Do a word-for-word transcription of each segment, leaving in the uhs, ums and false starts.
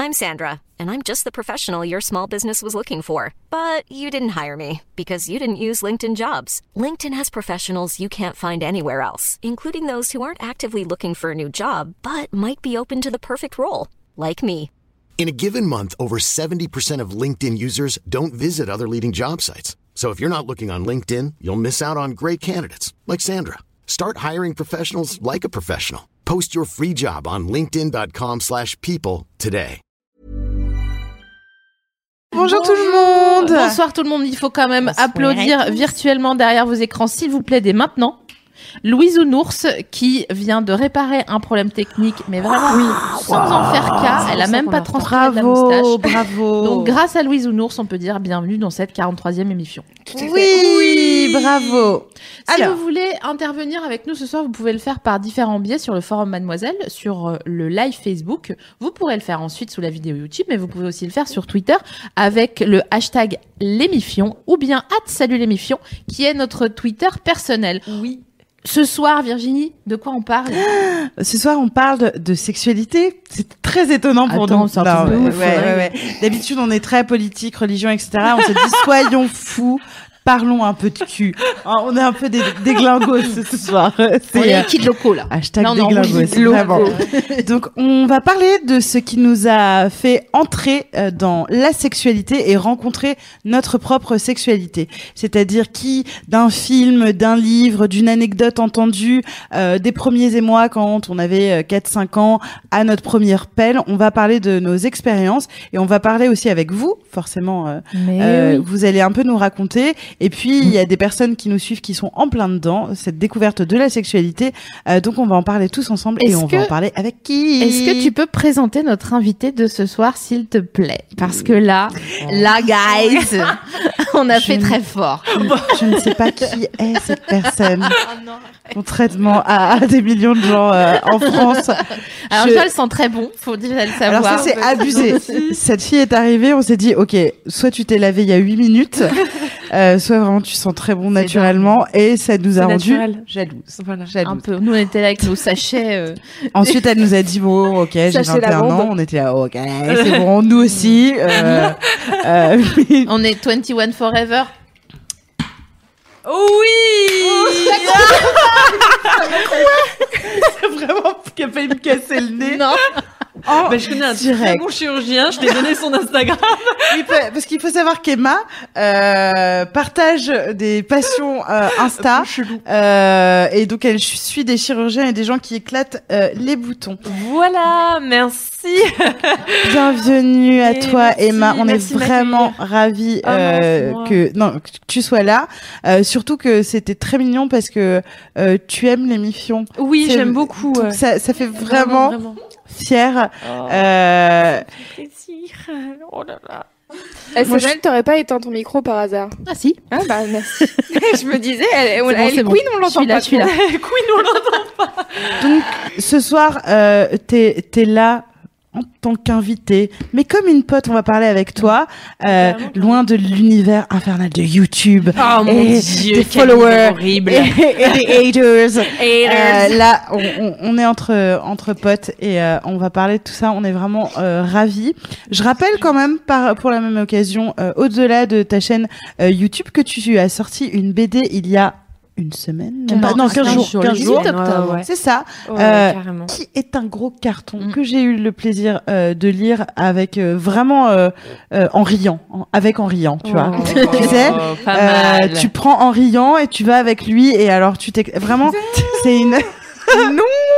I'm Sandra, and I'm just the professional your small business was looking for. But you didn't hire me because you didn't use LinkedIn Jobs. LinkedIn has professionals you can't find anywhere else, including those who aren't actively looking for a new job, but might be open to the perfect role, like me. In a given month, over seventy percent of LinkedIn users don't visit other leading job sites. So if you're not looking on LinkedIn, you'll miss out on great candidates like Sandra. Start hiring professionals like a professional. Post your free job on linkedin.com slash people today. Bonjour, Bonjour tout le monde. Bonsoir tout le monde. Il faut quand même Bonsoir. applaudir virtuellement derrière vos écrans, s'il vous plaît, dès maintenant. Louise Ounours qui vient de réparer un problème technique, mais vraiment oui. sans wow. en faire cas. Elle a même pas transféré de la moustache. Bravo. Donc grâce à Louise Ounours, on peut dire bienvenue dans cette quarante-troisième émission. Oui, oui, bravo. Si Alors. vous voulez intervenir avec nous ce soir, vous pouvez le faire par différents biais sur le forum Mademoiselle, sur le live Facebook. Vous pourrez le faire ensuite sous la vidéo YouTube, mais vous pouvez aussi le faire sur Twitter avec le hashtag l'émifion ou bien at salut l'émifion qui est notre Twitter personnel. Oui. Ce soir, Virginie, de quoi on parle ? Ce soir, on parle de, de sexualité. C'est très étonnant pour Attends, nous. C'est un non, ouais, ouf, ouais, ouais, ouais. D'habitude, on est très politique, religion, et cetera. On se dit, soyons fous. Parlons un peu de cul. On est un peu des, des glingos ce soir. C'est on est les kids locaux, là. Hashtag non, des glingos, vraiment. Donc, on va parler de ce qui nous a fait entrer dans la sexualité et rencontrer notre propre sexualité. C'est-à-dire qui, d'un film, d'un livre, d'une anecdote entendue, euh, des premiers émois quand on avait quatre cinq ans, à notre première pelle, on va parler de nos expériences et on va parler aussi avec vous, forcément. Euh, euh, oui. Vous allez un peu nous raconter. Et puis, il y a des personnes qui nous suivent qui sont en plein dedans, cette découverte de la sexualité. Euh, donc, on va en parler tous ensemble est-ce et on que, va en parler avec qui ? Est-ce que tu peux présenter notre invité de ce soir, s'il te plaît ? Parce que là, oh. là, guys, on a je fait ne... très fort. Je ne sais pas qui est cette personne. Oh non. Contrairement à, à des millions de gens euh, en France. Alors, je... elles sont très bons, faut dire le savoir. Alors ça, c'est abusé. Cette fille est arrivée, on s'est dit, ok, soit tu t'es lavé il y a huit minutes, euh, soit vraiment tu sens très bon naturellement, et ça nous a rendu jalouses. Voilà, jalouse. Un peu. Nous, on était là avec nos sachets. Euh... Ensuite, elle nous a dit, bon, ok, j'ai vingt et un ans, on était là, ok, c'est bon, nous aussi. Euh, euh, mais... On est vingt et un Forever. Oh oui oh, c'est vraiment qu'elle failli me casser le nez. Non. Oh, bah, je connais un direct. très bon chirurgien, je t'ai donné son Instagram. Oui, parce qu'il faut savoir qu'Emma euh, partage des passions euh, Insta euh, et donc elle suit des chirurgiens et des gens qui éclatent euh, les boutons. Voilà, merci. Bienvenue à et toi merci, Emma, on est vraiment ravis euh, oh, que non que tu sois là. Euh, surtout que c'était très mignon parce que euh, tu aimes l'émission. Oui, c'est, j'aime beaucoup. Ouais. Ça, ça fait vraiment. vraiment, vraiment. Fière. Oh, euh... plaisir. Oh là là. Est-ce que je... t'aurais pas éteint ton micro par hasard ? Ah si. Ah bah merci. Je me disais, elle, bon, elle, elle bon. Queen, on l'entend je suis là, pas. Je suis là. Queen, on l'entend pas. Donc ce soir, euh, t'es t'es là en tant qu'invité, mais comme une pote, on va parler avec toi, euh, loin de l'univers infernal de YouTube, oh, et mon Dieu, des followers, horrible. Et, et des haters. haters. Euh, là, on, on, on est entre entre potes et euh, on va parler de tout ça. On est vraiment euh, ravis. Je rappelle quand même, par pour la même occasion, euh, au-delà de ta chaîne euh, YouTube, que tu as sorti une B D il y a une semaine non, non, quinze jours, jours, quinze jours. octobre, ouais. C'est ça, ouais, euh, carrément. Qui est un gros carton mm. que j'ai eu le plaisir euh, de lire avec euh, vraiment euh, euh, en riant, en, avec en riant, tu oh, vois. Oh, tu sais, pas euh, mal. tu prends en riant et tu vas avec lui et alors tu t'es vraiment, c'est une non.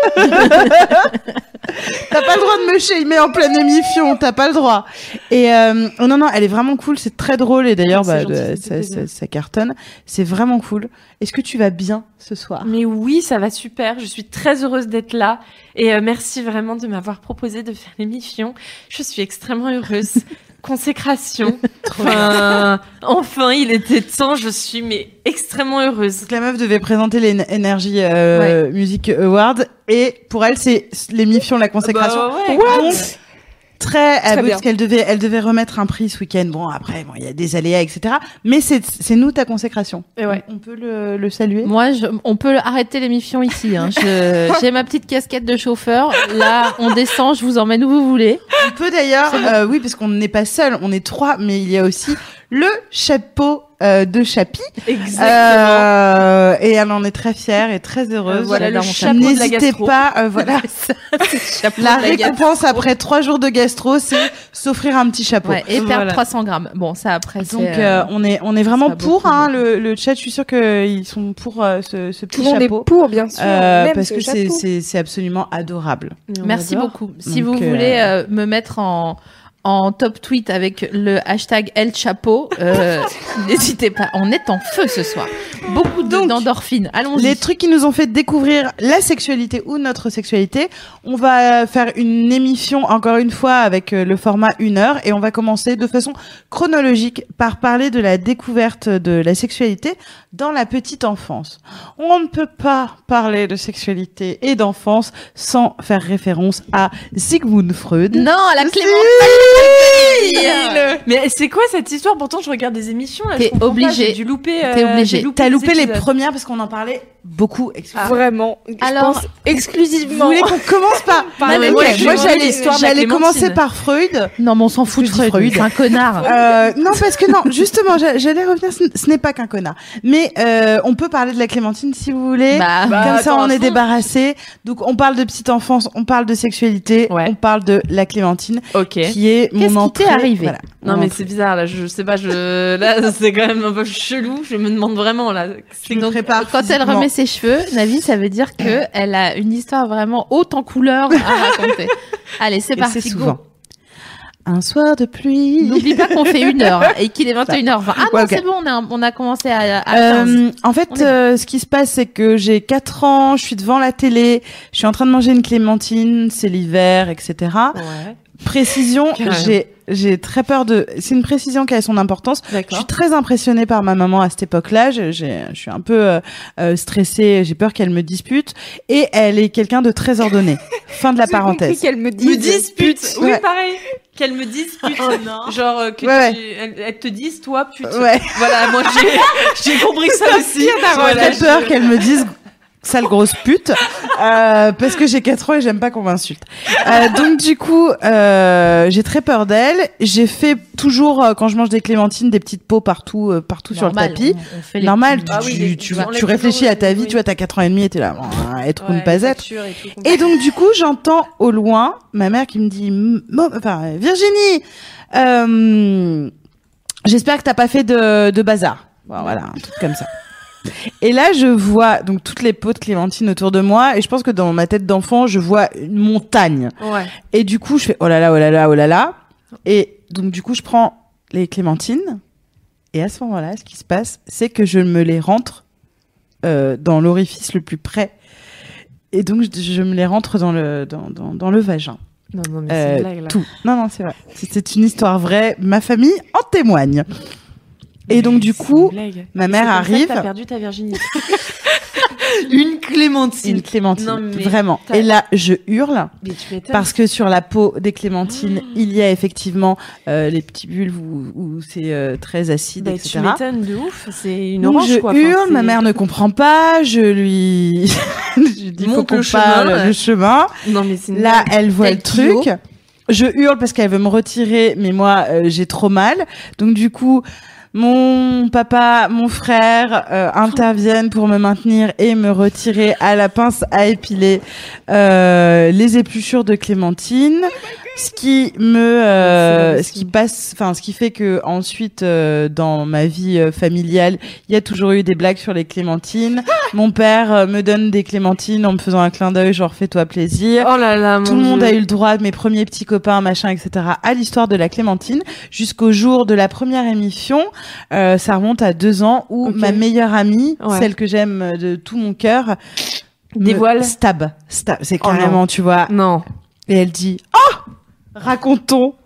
T'as pas le droit de me shamer en pleine émission, t'as pas le droit. Et euh, oh non non, elle est vraiment cool, c'est très drôle et d'ailleurs bah, gentil, de, ça, ça, ça cartonne, c'est vraiment cool. Est-ce que tu vas bien ce soir ? Mais oui, ça va super. Je suis très heureuse d'être là et euh, merci vraiment de m'avoir proposé de faire l'émission. Je suis extrêmement heureuse. Consécration. Enfin, enfin, il était temps. Je suis mais extrêmement heureuse. Donc, la meuf devait présenter les Energy euh, ouais. Music Awards et pour elle c'est l'émission la consécration. Bah ouais, What ? Très, Très euh, oui, bien. parce qu'elle devait, elle devait remettre un prix ce week-end. Bon, après, bon, il y a des aléas, et cetera. Mais c'est, c'est nous ta consécration. Et ouais. On, on peut le, le saluer. Moi, je, on peut arrêter l'émission ici. Hein. Je, j'ai ma petite casquette de chauffeur. Là, on descend, je vous emmène où vous voulez. On peut d'ailleurs, euh, oui, parce qu'on n'est pas seul, on est trois, mais il y a aussi le chapeau euh, de Chapi. Exactement. Euh, et elle en est très fière et très heureuse. Euh, voilà, J'adore le mon chapeau de la N'hésitez gastro. pas, euh, voilà. Chapeau La de la récompense après trois jours de gastro, c'est s'offrir un petit chapeau. Ouais, et perdre Voilà. trois cents grammes. Bon, ça après, c'est. Donc euh, euh, on est on est vraiment ça va pour beaucoup, hein, mais- le, le chat. Je suis sûre qu'ils sont pour euh, ce, ce Tout petit le monde est chapeau. pour, bien sûr. Euh, même parce ce que c'est chapeau. c'est c'est absolument adorable. Et on Merci adore. beaucoup. Si Donc, vous euh, voulez euh, me mettre en en top tweet avec le hashtag El Chapeau, euh, n'hésitez pas. On est en feu ce soir. Beaucoup de- Donc, d'endorphines. Allons-y. Les trucs qui nous ont fait découvrir la sexualité ou notre sexualité. On va faire une émission encore une fois avec euh, le format une heure et on va commencer de façon chronologique par parler de la découverte de la sexualité dans la petite enfance. On ne peut pas parler de sexualité et d'enfance sans faire référence à Sigmund Freud. Non, la Si. Clémentine. Mais c'est quoi cette histoire? Pourtant, je regarde des émissions. Là, T'es je comprends obligé. Pas, j'ai dû louper. euh, T'es obligé. j'ai loupé T'as des loupé les épisodes. premières parce qu'on en parlait beaucoup. Excuse-moi. Vraiment. Je Alors, pense Vous exclusivement. voulez qu'on commence par... Pardon, mais moi, ok, je moi, vais j'allais, demander l'histoire de la j'allais Clémentine. commencer par Freud. Non, mais on s'en fout de Freud. Freud. C'est un connard. Euh, non, parce que non, justement, j'a- j'allais revenir, ce n- ce n'est pas qu'un connard. Mais euh, on peut parler de la Clémentine si vous voulez. Bah, Bah, Comme ça, attends, on à est fond. débarrassé. Donc, on parle de petite enfance, on parle de sexualité, Ouais. on parle de la Clémentine, Ok. qui est Qu'est-ce mon qui t'est entrée. arrivé Voilà. Non Mon mais entrée. c'est bizarre là, je sais pas, je là c'est quand même un peu chelou. Je me demande vraiment là. Je me Donc, prépare quand elle physiquement. remet ses cheveux, Navi, ça veut dire que elle a une histoire vraiment haute en couleurs à raconter. Allez, c'est Et parti. c'est go. souvent. Un soir de pluie. N'oublie pas qu'on fait une heure hein, et qu'il est vingt et une heures vingt. Ah non, Ouais, ok. c'est bon, on a, on a commencé à, à quinze. Euh, en fait, On est euh, ce qui se passe, c'est que j'ai quatre ans, je suis devant la télé, je suis en train de manger une clémentine, c'est l'hiver, et cetera. Ouais. Précision, Carrément. j'ai j'ai très peur de. C'est une précision qui a son importance. Je D'accord. suis très impressionnée par ma maman à cette époque-là. Je, j'ai- je suis un peu euh, euh, stressée. J'ai peur qu'elle me dispute. Et elle est quelqu'un de très ordonné. Fin de la J'ai compris parenthèse. qu'elle me dise. Me dispute. Oui, Ouais. pareil. Qu'elle me dispute. Genre euh, que Ouais, tu, elle, elle te dise toi pute. Ouais. Voilà, moi j'ai j'ai compris ça aussi. J'ai Voilà, très peur je- qu'elle me dise sale grosse pute euh, parce que j'ai quatre ans et j'aime pas qu'on m'insulte. Euh, donc du coup, euh, j'ai très peur d'elle. J'ai fait toujours euh, quand je mange des clémentines des petites peaux partout, euh, partout Normal, sur le tapis. on- on fait les Normal, petits- tu, Ah oui, tu, les- tu, tu enlèves tu réfléchis à ta toujours, vie, oui. tu vois, t'as quatre ans et demi et t'es là, ah, être ou Ouais, ne pas être. facture et tout. Et donc du coup, j'entends au loin ma mère qui me dit, Mo- enfin Virginie, euh, j'espère que t'as pas fait de, de bazar. Bon, voilà, un truc comme ça. Et là, je vois donc toutes les pots de clémentine autour de moi, et je pense que dans ma tête d'enfant, je vois une montagne. Ouais. Et du coup, je fais oh là là, oh là là, oh là là. Et donc du coup, je prends les clémentines, et à ce moment-là, ce qui se passe, c'est que je me les rentre euh, dans l'orifice le plus près. Et donc, je, je me les rentre dans le, dans, dans, dans le vagin. Non, non, mais c'est Euh, une blague là. tout. Non, non, c'est vrai. C'est c'est une histoire vraie. Ma famille en témoigne. Et donc, du C'est coup, une blague. ma C'est mère comme ça que arrive. T'as perdu ta virginité. Une clémentine. Une clémentine. Non, mais Vraiment. t'as- Et là, je hurle. Mais tu m'étonnes. Parce que sur la peau des clémentines, il y a effectivement euh, les petits bulbes où, où c'est euh, très acide, Bah, et tu cetera. m'étonnes de ouf. C'est une Donc orange je quoi. Enfin, hurle, c'est- ma mère ne comprend pas, je lui, je lui dis faut Montre qu'on le chemin, parle ouais. le chemin. Non mais c'est une Là, blague. elle voit Tel le truc. Kyo. Je hurle parce qu'elle veut me retirer, mais moi, euh, j'ai trop mal. Donc du coup, mon papa, mon frère euh, interviennent pour me maintenir et me retirer à la pince à épiler euh, les épluchures de clémentine. Ce qui me, euh, C'est ce qui passe, enfin, ce qui fait que ensuite, euh, dans ma vie euh, familiale, il y a toujours eu des blagues sur les clémentines. Mon père euh, me donne des clémentines en me faisant un clin d'œil, genre fais-toi plaisir. Oh là là, mon Tout le monde Dieu. a eu le droit, mes premiers petits copains, machin, et cetera, à l'histoire de la clémentine, jusqu'au jour de la première émission. Euh, ça remonte à deux ans où Ok. ma meilleure amie, Ouais. celle que j'aime de tout mon cœur, me Dévoile. stab, stab. C'est Oh non. carrément, tu vois. Non. Et elle dit, oh, racontons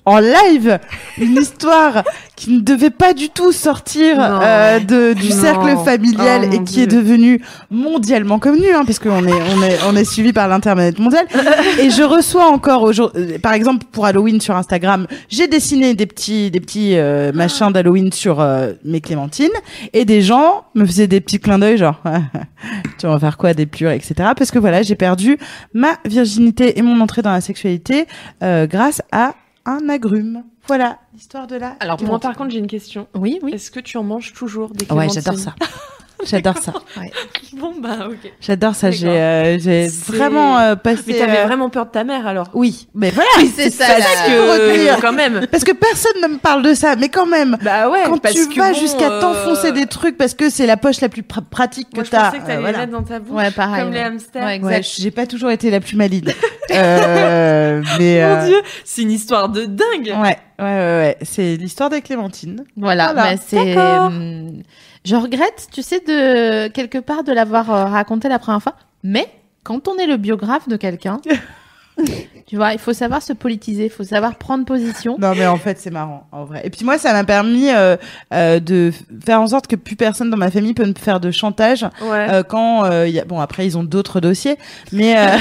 en live une histoire qui ne devait pas du tout sortir euh, de, du Non. cercle familial Oh, et mon qui est Dieu. devenue mondialement connue, hein, parce qu'on est, on est, on est suivi par l'internet mondial. Et je reçois encore aujourd'hui, par exemple pour Halloween sur Instagram, j'ai dessiné des petits, des petits euh, machins d'Halloween sur euh, mes clémentines et des gens me faisaient des petits clins d'œil genre tu vas en faire quoi, des plures, et cetera. Parce que voilà, j'ai perdu ma virginité et mon entrée dans la sexualité euh, grâce à un agrume. Voilà l'histoire de la. Alors moi par contre j'ai une question. Oui, oui. Est-ce que tu en manges toujours des Ouais, clémentines? j'adore ça. J'adore ça. Bon bah ok. J'adore ça. J'ai, D'accord. euh, j'ai C'est- vraiment euh, passé. Mais t'avais euh, vraiment peur de ta mère alors? Oui, mais voilà. c'est ça, parce là. Parce qu'il faut retenir. que quand même. Parce que personne ne me parle de ça, mais quand même. Bah ouais. Quand parce tu que vas bon, jusqu'à euh, t'enfoncer des trucs parce que c'est la poche la plus pr- pratique que Moi je t'as. pensais que t'allais euh, les voilà. mettre dans ta bouche. Ouais, pareil, Comme les ouais. hamsters. Ouais, exact. Ouais, j'ai pas toujours été la plus maligne. euh, mais Mon euh, Dieu, c'est une histoire de dingue. ouais, ouais, ouais, ouais. C'est l'histoire des clémentines. Voilà, Voilà. bah, c'est. D'accord. hum, Je regrette, tu sais, de quelque part de l'avoir euh, raconté la première fois. Mais quand on est le biographe de quelqu'un, tu vois, il faut savoir se politiser, il faut savoir prendre position. Non, mais en fait, c'est marrant, en vrai. Et puis moi, ça m'a permis euh, euh, de faire en sorte que plus personne dans ma famille peut me faire de chantage Ouais. euh, quand euh, il y a. Bon, après, ils ont d'autres dossiers, mais euh,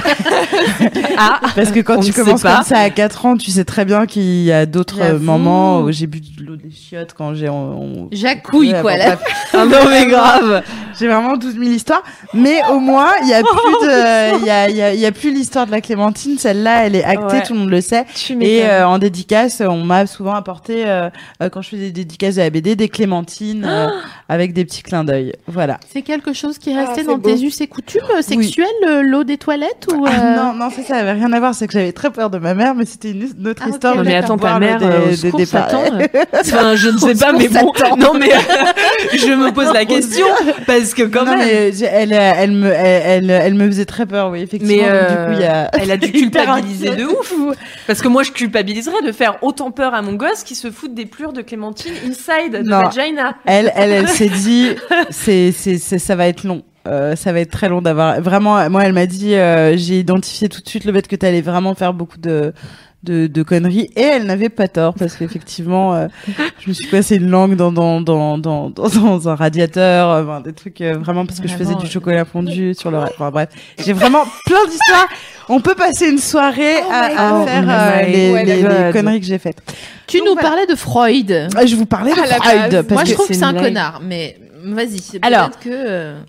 Ah. parce que quand On tu ne sait commences pas. comme ça à quatre ans, tu sais très bien qu'il y a d'autres euh, J'avoue. moments où j'ai bu de l'eau des chiottes quand j'ai. On, on... Jacouille, Ouais, quoi. bon, là. bref. Ah non, mais grave. J'ai vraiment douze mille histoires, mais au moins il y a plus de, il y a, il y a, il y a plus l'histoire de la clémentine. Celle-là, elle est actée, Ouais. tout le monde le sait. Tu Et m'étonnes. euh, en dédicace, on m'a souvent apporté, euh, euh, quand je faisais des dédicaces de la B D, des clémentines euh, avec des petits clins d'œil. Voilà. C'est quelque chose qui est Ah, resté c'est dans beau. tes us et coutumes euh, sexuelles, euh, l'eau des toilettes ou euh, Ah, non, non, ça, ça avait rien à voir. C'est que j'avais très peur de ma mère, mais c'était une, une autre Ah, ok, histoire. Non mais d'accord. attends, ta Boire le mère, dé- euh, au des secours, départs. s'attend. Enfin, je ne sais pas, mais bon. Non mais je me pose la question parce que quand non, même. mais j'ai- elle, euh, elle me, elle, elle, elle me faisait très peur, oui, effectivement. Mais donc, euh, du coup, il y a. elle a dû Hyper culpabiliser de ouf. Parce que moi, je culpabiliserais de faire autant peur à mon gosse qui se fout des plures de clémentine inside de Non. vagina. Elle, elle, elle s'est dit, c'est, c'est, c'est, ça va être long. Euh, ça va être très long d'avoir. Vraiment, moi, elle m'a dit, euh, j'ai identifié tout de suite le fait que tu allais vraiment faire beaucoup de, de, de conneries. Et elle n'avait pas tort parce qu'effectivement, euh, je me suis passé une langue dans, dans, dans, dans, dans, dans un radiateur, euh, enfin, des trucs euh, vraiment parce que je faisais Vraiment, du euh, chocolat fondu sur le. ra- Enfin bref, j'ai vraiment plein d'histoires. On peut passer une soirée Oh à, my à God. faire Oh euh, my les, God. les, les conneries que j'ai faites. Tu Donc, nous voilà. parlais de Freud. Euh, Je vous parlais de À la Freud base. parce Moi, que je trouve que c'est c'est un une blague. connard, mais vas-y. c'est Alors, peut-être que. euh,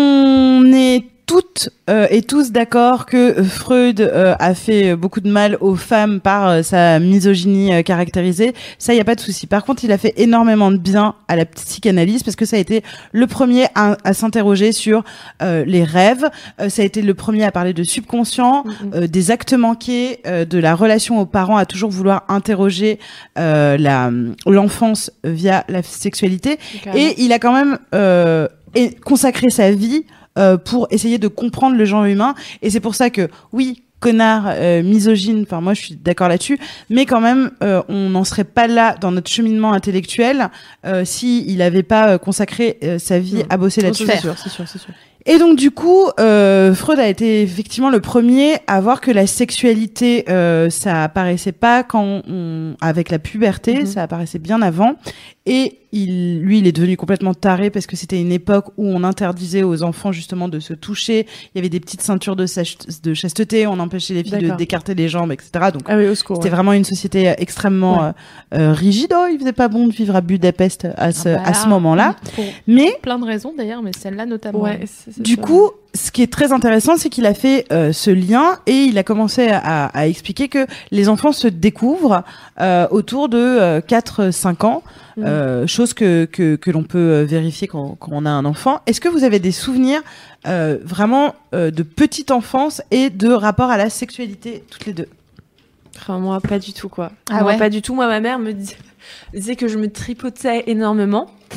on est toutes euh, et tous d'accord que euh, Freud euh, a fait euh, beaucoup de mal aux femmes par euh, sa misogynie euh, caractérisée. Ça, il y a pas de souci. Par contre, il a fait énormément de bien à la psychanalyse parce que ça a été le premier à, à s'interroger sur euh, les rêves. Euh, ça a été le premier à parler de subconscient, euh, des actes manqués, euh, de la relation aux parents, à toujours vouloir interroger euh, la l'enfance via la sexualité. Et il a quand même euh, et- consacré sa vie euh, pour essayer de comprendre le genre humain. Et c'est pour ça que, oui, connard, euh, misogyne, enfin moi je suis d'accord là-dessus, mais quand même, euh, on n'en serait pas là dans notre cheminement intellectuel euh, si il avait pas euh, consacré euh, sa vie à bosser là-dessus. C'est sûr, c'est sûr, c'est sûr. Et donc du coup, euh, Freud a été effectivement le premier à voir que la sexualité, euh, ça apparaissait pas quand on, avec la puberté, Mhm. ça apparaissait bien avant. Et il, lui, il est devenu complètement taré parce que c'était une époque où on interdisait aux enfants justement de se toucher. Il y avait des petites ceintures de, sach- de chasteté, on empêchait les filles de, D'accord. d'écarter les jambes, et cetera. Donc Ah oui, au secours. c'était vraiment une société extrêmement Ouais. euh, euh, rigide. Oh, il faisait pas bon de vivre à Budapest à ce, ah bah à ce là, moment-là. Pour Mais plein de raisons d'ailleurs, mais celle-là notamment. Ouais, c'est- c'est du ça. coup, ce qui est très intéressant, c'est qu'il a fait euh, ce lien et il a commencé à, à expliquer que les enfants se découvrent euh, autour de euh, quatre cinq ans, Mm. euh, chose que, que, que l'on peut euh, vérifier quand, quand on a un enfant. Est-ce que vous avez des souvenirs euh, vraiment euh, de petite enfance et de rapport à la sexualité, toutes les deux? Enfin, moi, pas du tout, quoi. Ah moi, ouais pas du tout. Moi, ma mère me dis- disait que je me tripotais énormément.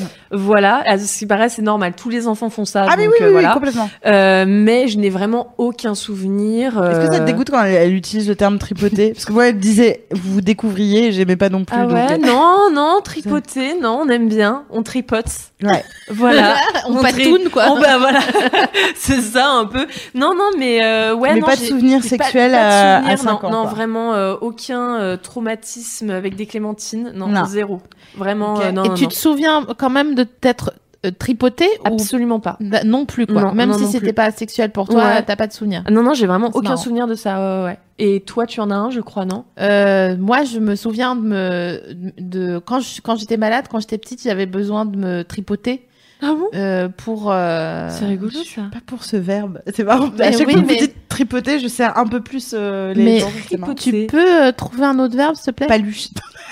Voilà, à ce qui paraît, c'est normal. Tous les enfants font ça. Ah, mais donc, oui, euh, oui, voilà. oui, complètement. Euh, mais je n'ai vraiment aucun souvenir. Euh... Est-ce que ça te dégoûte quand elle, elle utilise le terme tripoter? Parce que moi, elle disait, vous vous découvriez, et j'aimais pas non plus. Ah donc... ouais, non, non, tripoter, non, on aime bien, on tripote. Ouais. Voilà. On tri- patoune, quoi. Oh, bah voilà. C'est ça, un peu. Non, non, mais euh, ouais, mais non. pas de j'ai- souvenirs j'ai pas- sexuels pas de à, souvenirs, à cinq non, ans. non, quoi. vraiment, euh, aucun euh, traumatisme avec des clémentines. Non, Non. zéro. Vraiment, Ok. euh, non, Et non, tu non. te souviens quand même de t'être euh, tripoté ou Absolument pas. Bah, non plus quoi. Non, Même non, si non c'était plus. pas sexuel pour toi, Ouais. t'as pas de souvenir. Non, non, j'ai vraiment C'est aucun marrant. souvenir de ça. Ouais, ouais. Et toi, tu en as un, je crois, non? Euh, moi, je me souviens de me de quand je quand j'étais malade, quand j'étais petite, j'avais besoin de me tripoter Ah bon? euh, pour. euh, C'est rigolo, Je suis ça. pas pour ce verbe. C'est marrant. Mais à chaque oui, fois que mais- vous dites tripoter, je serre un peu plus euh, les Mais- gens. C'est marrant. Tu peux euh, trouver un autre verbe, s'il te plaît? Paluche.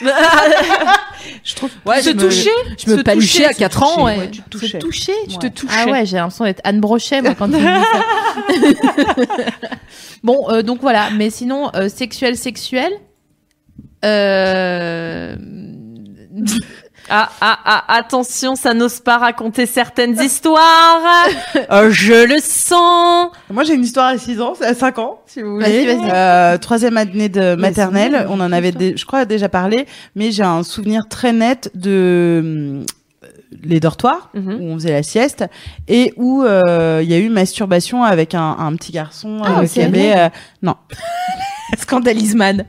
je trouve. Ouais, se je me- toucher? Je me Se paluchais toucher, à se quatre toucher, ans, ouais. ouais, tu te touchais. Se toucher? Tu te Ouais. touchais? Ah ouais, j'ai l'impression d'être Anne Brochet, moi, quand tu me dis ça. Bon, euh, donc voilà. Mais sinon, euh, sexuel, sexuel. Euh... Ah, ah, ah, attention, ça n'ose pas raconter certaines histoires. Euh, je le sens. Moi, j'ai une histoire à six ans, c'est à cinq ans, si vous Vas-y, voulez. vas-y. Euh, troisième année de maternelle. bien, On en avait, dé- je crois, déjà parlé, mais j'ai un souvenir très net de hum, les dortoirs Mhm. où on faisait la sieste et où euh, il y a eu masturbation avec un, un petit garçon Ah, euh, ok. qui avait. euh, non. Scandalisman.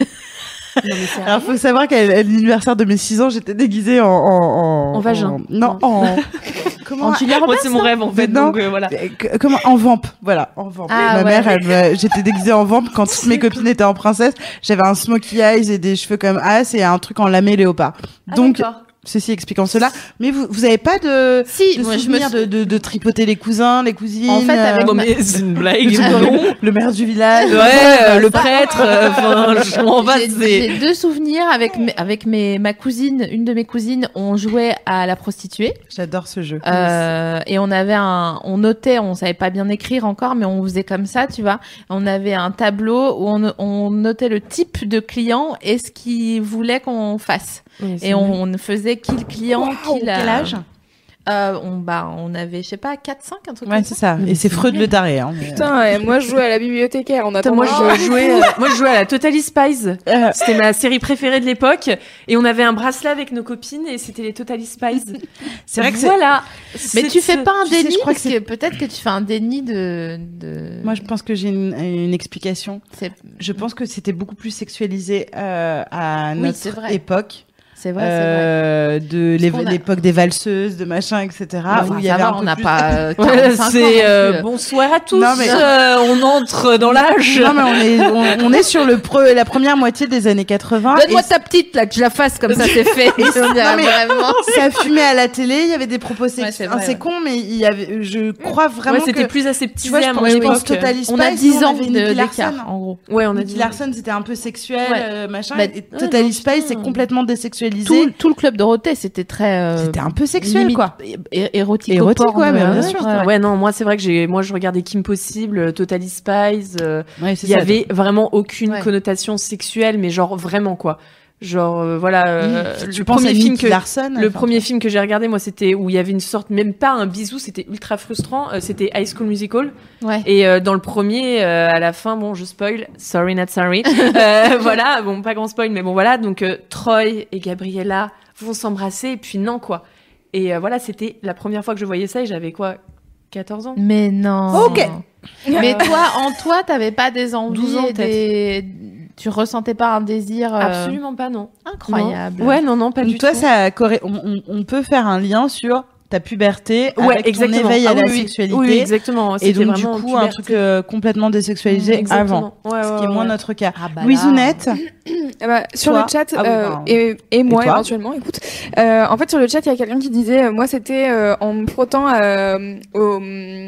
Alors, faut savoir qu'à l'anniversaire de mes six ans, j'étais déguisée en en, en, En vagin. non, en comment En Julia Moi, Roberts, c'est mon rêve, en fait. Non. Donc, euh, voilà. Euh, que- Comment en vamp, voilà, en vamp. Ah, Ma ouais. mère, elle me- j'étais déguisée en vamp quand toutes mes copines étaient en princesse. J'avais un smokey eyes et des cheveux comme as et un truc en lamé léopard. Donc, d'accord. ceci expliquant cela. Mais vous, vous avez pas de, Si, de moi, je me souvenir de, de, de tripoter les cousins, les cousines. En fait, avec euh, Bon, mais c'est une blague. le maire du village. Ouais, euh, le prêtre, euh, enfin, je m'en vais, J'ai c'est... j'ai deux souvenirs avec mes, avec mes ma cousine, une de mes cousines, on jouait à la prostituée J'adore ce jeu. euh, et on avait un, on notait, on savait pas bien écrire encore, mais on faisait comme ça, tu vois. On avait un tableau où on, on notait le type de client et ce qu'il voulait qu'on fasse. Et on, on faisait qui le client, Waouh, qui la... quel âge euh, on, bah, on avait, je sais pas, quatre cinq, un truc Ouais, comme c'est ça. ça. Et c'est Freud le taré. Hein. Putain, ouais, moi je jouais à la bibliothécaire en Putain, attendant. moi, je jouais, euh, moi, je jouais à la Totally Spies. Euh, C'était ma série préférée de l'époque. Et on avait un bracelet avec nos copines et c'était les Totally Spies. C'est vrai que c'est- voilà. Mais C'est- tu fais pas un tu sais, déni je crois parce que que, peut-être que tu fais un déni de, de... Moi, je pense que j'ai une, une explication. c'est, Je pense que c'était beaucoup plus sexualisé euh, à Oui, notre c'est vrai. époque. c'est vrai, c'est vrai. Euh, de Parce l'éve- qu'on a- l'époque des valseuses, de machin, et cetera. Enfin, où il y ça avait va, un on peu n'a plus- pas euh, Ouais, quarante-cinq ans c'est non euh, plus. bonsoir à tous. Non, mais- Euh, on entre dans l'âge. Non, mais on est, on, on est sur le pre- la première moitié des années quatre-vingts. Donne-moi et ta petite là, que je la fasse comme ça, c'est fait. On dirait mais- vraiment. ça fumait à la télé, il y avait des propos Ouais, sexuels. c'est Enfin, vrai, c'est ouais. con, mais il y avait, je crois vraiment Ouais, c'était que, plus tu aseptisé vois, je à mon pense, je époque. pense Totally Spies, On a nous, dix ans avait de- Nicky d'écart, Larson. en gros. Ouais, on a Nicky dit. Larson, c'était un peu sexuel, Ouais. euh, machin. Bah, et Totally Spies, c'est complètement désexualisé. Tout, tout le club Dorothée, c'était très. euh, C'était un peu sexuel, limite quoi. é- é- érotique. Érotique, porn, ouais, mais euh, bien sûr. ouais, ouais. Ouais, non, moi, c'est vrai que j'ai, moi, je regardais Kim Possible, euh, Totally Spies. euh, Ouais, c'est Il y ça. avait vraiment aucune Ouais. connotation sexuelle, mais genre vraiment quoi. Genre euh, voilà, euh, Tu le penses premier à film Nicky que Larson, le enfin, premier film que j'ai regardé moi c'était où il y avait une sorte même pas un bisou, c'était ultra frustrant, euh, c'était High School Musical Ouais. et euh, dans le premier euh, à la fin bon, je spoil, sorry not sorry. euh, voilà, bon pas grand spoil mais bon voilà, donc euh, Troy et Gabriella vont s'embrasser et puis non quoi. Et euh, voilà, c'était la première fois que je voyais ça et j'avais quoi quatorze ans. Mais non. Ok. Mais toi, en toi, t'avais pas des envies, douze ans, et des... tu ressentais pas un désir euh, Absolument pas non. incroyable. Non. Ouais, non non, pas Donc du toi, tout. ça corré- on, on- on peut faire un lien sur ta puberté Ouais, avec ton exactement. éveil à Ah la oui, oui. sexualité. Oui, exactement. Et C'était donc du vraiment coup, un puberté. truc euh, complètement désexualisé Exactement. avant. Ouais, Ce ouais, qui est ouais. moins notre cas. Ah bah Louisounette, Ah bah, sur Toi le chat, Ah oui, euh, pardon. et, et moi toi éventuellement, écoute. Euh, en fait, sur le chat, il y a quelqu'un qui disait, euh, moi, c'était euh, en me frottant euh, au,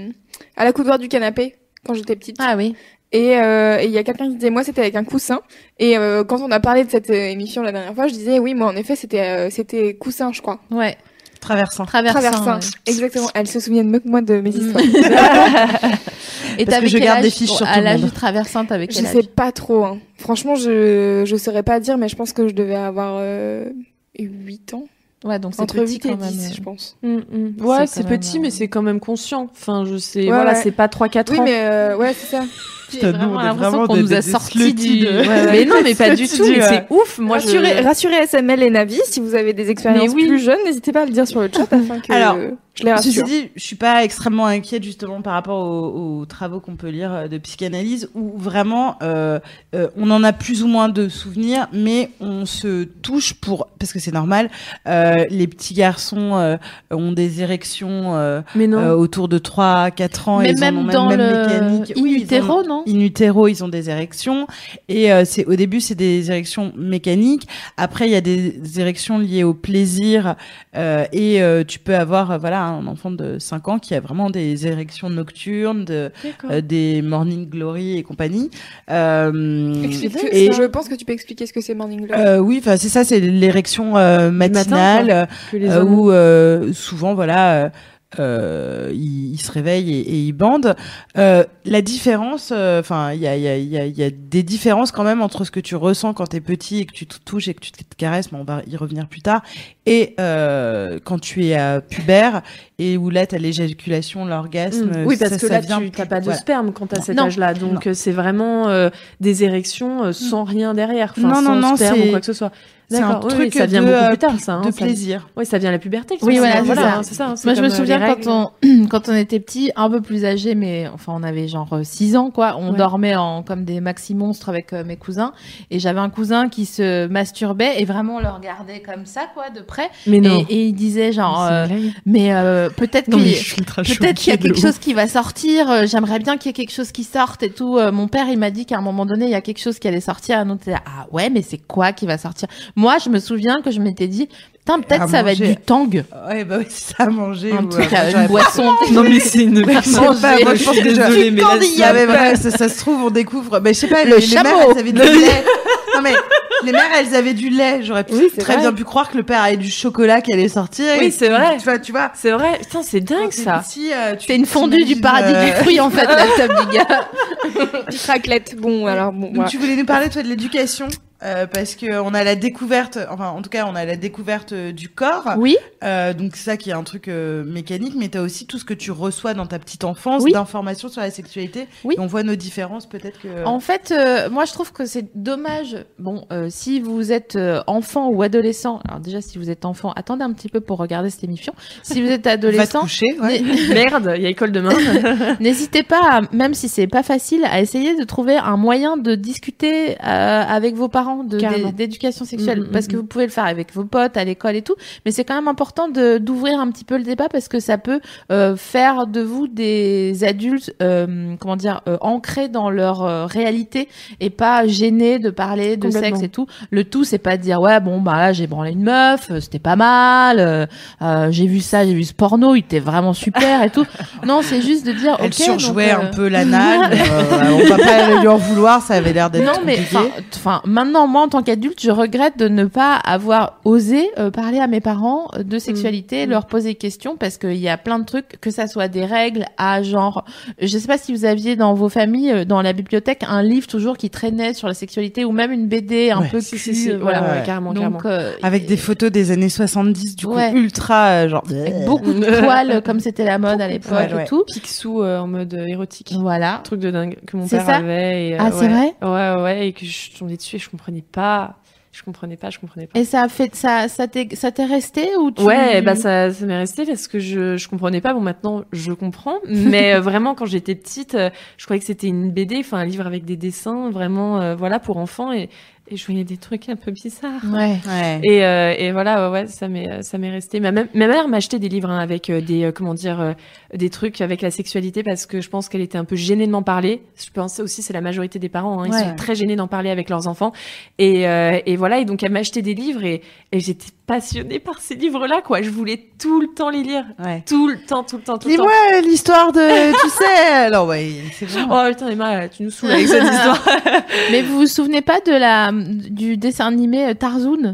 à la coudoir du canapé quand j'étais petite. Ah oui. Et euh, et il y a quelqu'un qui disait, moi, c'était avec un coussin. Et euh, quand on a parlé de cette euh, émission la dernière fois, je disais, oui, moi, en effet, c'était euh, c'était coussin, je crois. Ouais. traversant. Traversant. Traversin. ouais. Exactement. Elle se souvient mieux que moi de mes histoires. Et Parce t'avais que je quel garde âge des fiches sur à tout le l'âge monde. du traversant, t'avais Je quel âge sais pas trop. Hein. Franchement, je je saurais pas dire, mais je pense que je devais avoir euh, huit ans. Ouais, donc c'est Entre petit huit et quand même. dix, je pense. Mm, mm. Ouais, C'est c'est quand même, petit, euh, mais c'est quand même conscient. Enfin, je sais, Ouais, voilà, ouais. c'est pas trois quatre Oui, ans. mais euh, ouais, c'est ça. J'ai Putain, nous, vraiment on est l'impression vraiment qu'on des- nous a des sorti slutty du... de- Ouais, ouais. Mais non, mais pas du Slutty tout. du, Mais euh, c'est ouf. Moi, rassurez, je... rassurez S M L et Navi, si vous avez des expériences Mais oui. plus jeunes, n'hésitez pas à le dire sur le chat afin que Alors, je les Ceci rassure. dit, je suis pas extrêmement inquiète justement par rapport aux, aux travaux qu'on peut lire euh, de psychanalyse où vraiment euh, euh, on en a plus ou moins de souvenirs, mais on se touche pour parce que c'est normal. Euh, les petits garçons euh, ont des érections euh, Mais non. euh, autour de trois à quatre ans. Mais et ils en même ont dans même le mécanique. in Oui, ils utero, ont- non In utero, ils ont des érections et euh, c'est au début c'est des érections mécaniques. Après il y a des érections liées au plaisir euh, et euh, tu peux avoir euh, voilà un enfant de cinq ans qui a vraiment des érections nocturnes, de, euh, des morning glory et compagnie. Euh, Explique que- et je pense que tu peux expliquer ce que c'est Morning Glory. euh, oui, enfin c'est ça, c'est l'érection euh, matinale que les euh, hommes où euh, souvent voilà. Euh, euh, il, il se réveille et, et il bande. Euh, la différence, enfin, il y a, il y, a, il y, a, il y a des différences quand même entre ce que tu ressens quand t'es petit et que tu te touches et que tu te caresses, mais on va y revenir plus tard, et euh, quand tu es euh, pubère et où là t'as l'éjaculation, l'orgasme. Mm. Oui, parce ça, que ça là, vient tu n'as pas de voilà. sperme quand t'as cet Non. âge-là. Donc, euh, c'est vraiment euh, des érections euh, sans rien derrière. Enfin, Non, sans non, non, sperme c'est- ou quoi que ce soit. C'est un D'accord. Oui, truc oui, ça vient de, beaucoup euh, plus tard, ça. hein, de ça- plaisir. Oui, ça vient la puberté. le Oui, truc, voilà, ça. c'est voilà, ça. hein, c'est ça. hein, c'est Moi, je me comme, euh, souviens les quand règles. on, quand on était petit, un peu plus âgé, mais enfin, on avait genre six ans, quoi. On Ouais. dormait en, comme des maxi-monstres avec euh, mes cousins. Et j'avais un cousin qui se masturbait et vraiment on le regardait comme ça, quoi, de près. Mais non. Et, et il disait genre, C'est euh, une blague. mais euh, peut-être Non, qu'il mais je suis ultra peut-être qu'il y a choquée de quelque ouf. chose qui va sortir. euh, J'aimerais bien qu'il y ait quelque chose qui sorte et tout. Euh, Mon père, il m'a dit qu'à un moment donné, il y a quelque chose qui allait sortir. Un autre, était là, ah ouais, mais c'est quoi qui va sortir? Moi, je me souviens que je m'étais dit, putain, peut-être À ça va être manger. du tang, Ouais, bah oui, c'est ça à manger. un ou, truc, euh, euh, j'aurais une boisson. Non, mais c'est une Je sais pas, moi, je pense que je- Désolée, mais là, Il y avait vrai, ça, ça se trouve, on découvre. Mais je sais pas, Le les, les mères, chameau. elles avaient du lait. Non mais les mères, elles avaient du lait. J'aurais pu Oui, c'est très vrai. bien pu croire que le père avait du chocolat qui allait sortir. Oui, et c'est tu- vrai. Tu vois, tu vois. C'est vrai. Putain, c'est dingue, Quand t'es ça. petit, euh, tu C'est une fondue du t'imagines, paradis euh, du fruit, en fait, la table du gars. Petite raclette. Bon, alors bon. Donc voilà. tu voulais nous parler toi de l'éducation euh, parce que on a la découverte, enfin en tout cas on a la découverte euh, du corps. Oui. Euh, donc ça qui est un truc euh, mécanique, mais t'as aussi tout ce que tu reçois dans ta petite enfance Oui. d'informations sur la sexualité. Oui. Et on voit nos différences peut-être que. En fait, euh, moi, je trouve que c'est dommage. Bon, euh, si vous êtes euh, enfant ou adolescent, alors déjà, si vous êtes enfant, attendez un petit peu pour regarder cette émission. Si vous êtes Va te adolescent, coucher. Ouais. n'hé- Merde, il y a école demain. n'hésitez pas, à- même si c'est pas facile, à essayer de trouver un moyen de discuter euh, avec vos parents de Carrément. d'é- d'éducation sexuelle, Mm, mm, parce que mm. vous pouvez le faire avec vos potes à l'école et tout, mais c'est quand même important de d'ouvrir un petit peu le débat parce que ça peut euh, faire de vous des adultes, euh, comment dire, euh, ancrés dans leur euh, réalité et pas gênés de parler de Complètement. sexe et tout. Le tout, c'est pas de dire ouais bon bah là j'ai branlé une meuf, euh, c'était pas mal, euh, euh, j'ai vu ça, j'ai vu ce porno, il était vraiment super et tout. Non, c'est juste de dire Elle ok. surjouait donc, euh, un peu l'anal. euh, on va pas lui en vouloir, ça avait l'air d'être non mais compliqué. enfin enfin, maintenant moi en tant qu'adulte je regrette de ne pas avoir osé euh, parler à mes parents euh, de sexualité, Mmh. leur poser des questions parce qu'il y a plein de trucs, que ça soit des règles à genre, je sais pas si vous aviez dans vos familles euh, dans la bibliothèque un livre toujours qui traînait sur la sexualité ou même une B D un Ouais. peu Si, cul, si, si. euh, Ouais, voilà. ouais, carrément, carrément. Donc euh, Avec des photos des années soixante-dix, du coup Ouais. ultra euh, genre. avec beaucoup de poils comme c'était la mode à l'époque Ouais, ouais. et tout. Picsou euh, en mode euh, érotique. Voilà. Truc de dingue que mon C'est père ça avait. Et, euh, Ah, c'est ouais. vrai Ouais, ouais, et que je tombais dessus et je comprenais pas. Je comprenais pas, je comprenais pas. Et ça a fait ça ça t'est ça t'est resté ou tu Ouais, bah ça, ça m'est resté parce que je je comprenais pas. Bon, maintenant je comprends, mais euh, vraiment quand j'étais petite, euh, je croyais que c'était une B D, enfin un livre avec des dessins, vraiment, euh, voilà, pour enfants, et et je voyais des trucs un peu bizarres. Ouais. Ouais. Et, euh, et voilà, ouais, ouais, ça m'est, ça m'est resté. Ma, même- ma mère m'a acheté des livres hein, avec euh, des, euh, comment dire, euh, des trucs avec la sexualité parce que je pense qu'elle était un peu gênée de m'en parler. Je pense aussi c'est la majorité des parents, hein, ils Ouais. sont très gênés d'en parler avec leurs enfants. Et, euh, et voilà, et donc elle m'a acheté des livres et, et j'étais passionnée par ces livres-là, quoi. Je voulais tout le temps les lire, Ouais. tout le temps, tout le temps, tout le temps. Dis-moi l'histoire de, tu sais. Alors ouais, c'est bon. Oh putain Emma, tu nous saoules avec cette histoire. Mais vous vous souvenez pas de la du dessin animé euh, Tarzoun?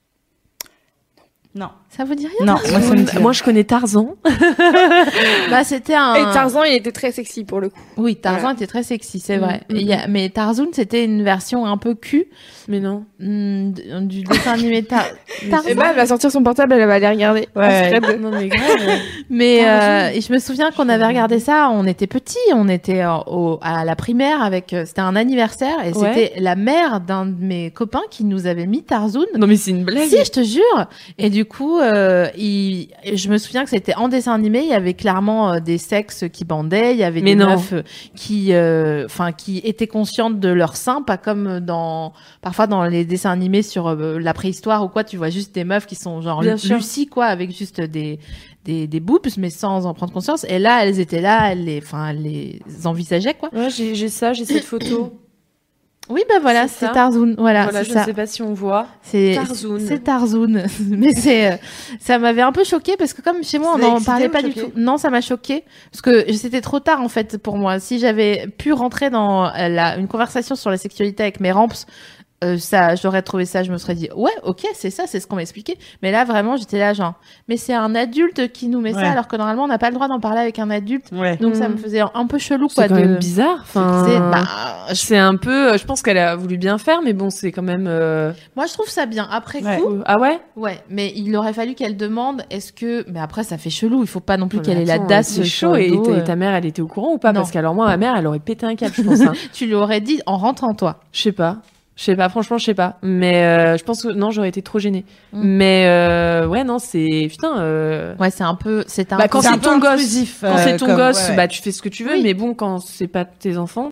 Non. Ça vous dit rien? Non, moi ça me dit Moi je connais Tarzan. Bah c'était un. Et Tarzan, il était très sexy pour le coup. Oui, Tarzan Voilà. était très sexy, c'est Mm, vrai. mm, Et il y a... Mais Tarzoun, c'était une version un peu cul Mais non. mm, d- du dessin animé Tar... Et bah, elle va sortir son portable, elle va aller regarder. Ouais. Non mais grave. Mais euh, et je me souviens qu'on avait regardé ça, on était petits, on était euh, au, à la primaire avec, euh, c'était un anniversaire et Ouais. c'était la mère d'un de mes copains qui nous avait mis Tarzoun. Non mais c'est une blague. Si, je te jure. Et du coup, euh, il, je me souviens que c'était en dessin animé, il y avait clairement euh, des sexes qui bandaient, il y avait Mais des non. meufs euh, qui, enfin, qui étaient conscientes de leur sein, pas comme dans, parfois dans les dessins animés sur euh, la préhistoire ou quoi, tu vois juste des meufs qui sont genre Bien sûr. Lucie quoi, avec juste des des des boobs, mais sans en prendre conscience. Et là, elles étaient là, elles les, enfin, elles les envisageaient quoi. Ouais, j'ai, j'ai ça, j'ai cette photo. Oui, ben voilà, C'est c'est ça. Tarzoun. Voilà, Voilà, c'est je ça. ne sais pas si on voit. C'est Tarzoun. c'est Tarzoun. Mais c'est euh, ça m'avait un peu choqué parce que comme chez moi Ça on t'a n'en excité parlait ou pas du choqué tout. Non, ça m'a choqué parce que c'était trop tard en fait pour moi. Si j'avais pu rentrer dans euh, la une conversation sur la sexualité avec mes ramps, euh, ça j'aurais trouvé ça, je me serais dit ouais, OK, c'est ça, c'est ce qu'on m'a expliqué. Mais là vraiment, j'étais là genre mais c'est un adulte qui nous met Ouais. ça alors que normalement on n'a pas le droit d'en parler avec un adulte. Ouais. Donc ça Mm. me faisait un peu chelou C'est quoi quand de même bizarre. Enfin, C'est- bah, je- c'est un peu. euh, Je pense qu'elle a voulu bien faire, mais bon, c'est quand même. euh, moi je trouve ça bien après Ouais. coup. Ah ouais. Ouais, mais il aurait fallu qu'elle demande est-ce que mais après ça fait chelou, il faut pas non plus Oh, qu'elle mais ait la attends, dasse c'est sur chaud. le Et dos, ta, euh. ta mère, elle était au courant ou pas? Non. Parce qu'alors moi, ma mère, elle aurait pété un câble, je pense. Hein. Tu lui aurais dit en rentrant toi. Je sais pas. Je sais pas. Franchement, je sais pas. Mais euh, je pense que non, j'aurais été trop gênée. Mm. Mais euh, ouais, non, c'est putain. Euh... Ouais, c'est un peu c'est un Bah, peu- quand C'est c'est un peu ton gosse, intrusif, Quand euh, c'est ton comme- gosse, ouais, ouais. bah tu fais ce que tu veux. Oui. Mais bon, quand c'est pas tes enfants.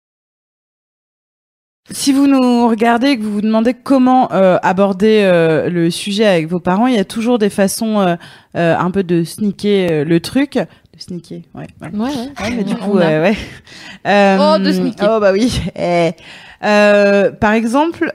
Si vous nous regardez et que vous vous demandez comment euh, aborder euh, le sujet avec vos parents, il y a toujours des façons euh, euh, un peu de sneaker euh, le truc. De sneaker, ouais. ouais. Ouais, ouais. Ouais, mais du On coup, a- euh, ouais. Euh, Oh, de sneaker. Oh, bah oui. Eh. Euh, par exemple,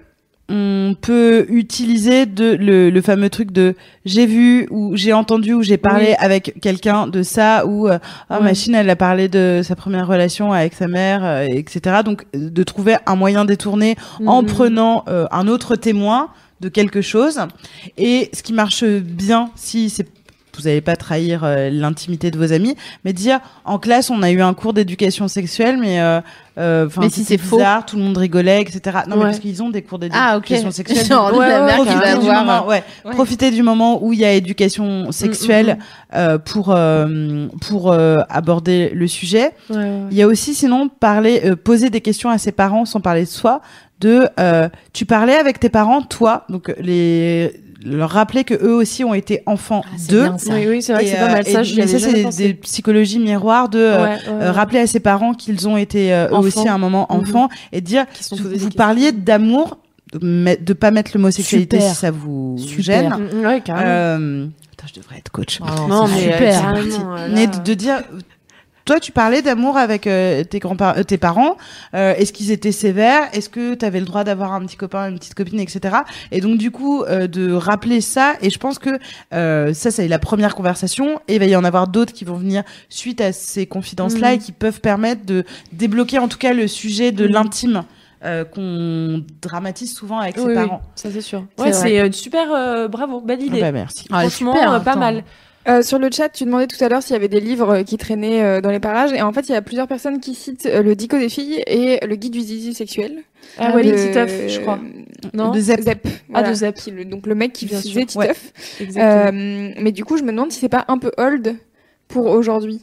on peut utiliser de, le, le fameux truc de j'ai vu ou j'ai entendu ou j'ai parlé Oui. avec quelqu'un de ça ou euh, ah, Ouais. machine, elle a parlé de sa première relation avec sa mère, euh, et cetera. Donc, euh, de trouver un moyen détourné en Mhm. prenant euh, un autre témoin de quelque chose. Et ce qui marche bien, si c'est vous n'allez pas trahir euh, l'intimité de vos amis, mais dire en classe on a eu un cours d'éducation sexuelle, mais euh, euh, Mais si c'était c'est faux. bizarre, tout le monde rigolait, et cetera. Non, mais Ouais. parce qu'ils ont des cours Ah, OK. d'éducation sexuelle. Genre Ouais, la ouais, mère qui Profitez va du avoir moment, ouais. Ouais. Profitez du moment où il y a éducation sexuelle euh, pour euh, pour euh, aborder le sujet. Ouais, ouais. Il y a aussi sinon parler, euh, poser des questions à ses parents sans parler de soi. De, euh, tu parlais avec tes parents, toi, donc les leur rappeler que eux aussi ont été enfants Ah, c'est d'eux. bien, ça. Oui, oui, c'est vrai que Et, c'est pas euh, mal. Ça, et- je mais l'avais ça, c'est jamais des, pensé. des psychologies miroirs de euh, Ouais, ouais, euh, ouais. rappeler à ses parents qu'ils ont été euh, eux Enfants. aussi à un moment Mhm. enfants et dire Qui se sont vous posés des vous questions. parliez d'amour, de, met- de pas mettre l'homosexualité Super. si ça vous Super. gêne. Mm, Ouais, carrément. Euh, putain, je devrais être coach. Oh, Non, c'est mais euh, super. carrément, euh, Mais là, de, de dire, toi, tu parlais d'amour avec euh, tes grands-parents, tes parents. Euh, est-ce qu'ils étaient sévères? Est-ce que tu avais le droit d'avoir un petit copain, une petite copine, et cetera. Et donc, du coup, euh, de rappeler ça. Et je pense que euh, ça, c'est la première conversation. Et il va y en avoir d'autres qui vont venir suite à ces confidences-là Mhm. et qui peuvent permettre de débloquer, en tout cas, le sujet de Mhm. l'intime euh, qu'on dramatise souvent avec ses oui, oui, parents. ça c'est sûr. C'est Ouais, vrai. c'est euh, super, euh, bravo, belle Ah idée. bah, merci. Ah, Franchement, super, euh, pas attends. mal. Euh, sur le chat, tu demandais tout à l'heure s'il y avait des livres euh, qui traînaient euh, dans les parages. Et en fait, il y a plusieurs personnes qui citent euh, le Dico des filles et le guide du zizi sexuel. Ah ouais, les de- Titeuf, je crois. Non De Zep. Zep. Ah, de Zep. Qui, le- donc le mec qui Bien faisait sûr. Titeuf. Exactement. Euh, mais du coup, je me demande si c'est pas un peu old pour aujourd'hui.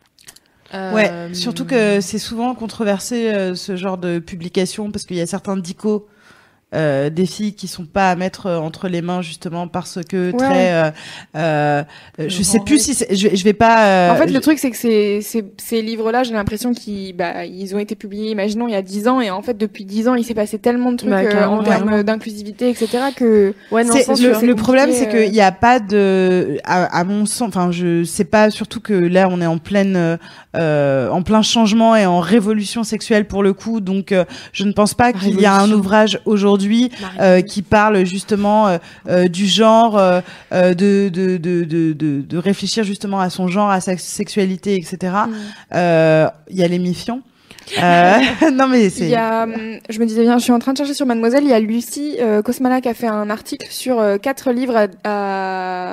Ouais, Euh, surtout que c'est souvent controversé euh, ce genre de publication parce qu'il y a certains dicos euh, des filles qui sont pas à mettre euh, entre les mains justement parce que Ouais. très euh, euh, je genre, sais plus si c'est, je, je vais pas euh, En fait, je- le truc, c'est que ces, ces, ces livres-là, j'ai l'impression qu'ils bah, ils ont été publiés, imaginons, il y a dix ans. Et en fait, depuis dix ans, il s'est passé tellement de trucs Bah, euh, carrément, en termes carrément. d'inclusivité, et cetera que... Ouais, non, c'est- sans le, sûr. le problème c'est compliqué, qu'il y a pas de à, à mon sens enfin je sais pas surtout que là on est en pleine euh, euh, en plein changement et en révolution sexuelle pour le coup donc euh, je ne pense pas qu'il y a un Révolution. ouvrage aujourd'hui euh, qui parle justement euh, euh, du genre, euh, euh, de, de, de, de, de, de réfléchir justement à son genre, à sa sexualité, et cetera. Mm. Euh, Il y a les méfiants. Euh, non mais Il c'est. y a, hum, je me disais bien, je suis en train de chercher sur Mademoiselle, il y a Lucie euh, Kosmala qui a fait un article sur euh, quatre livres à, à,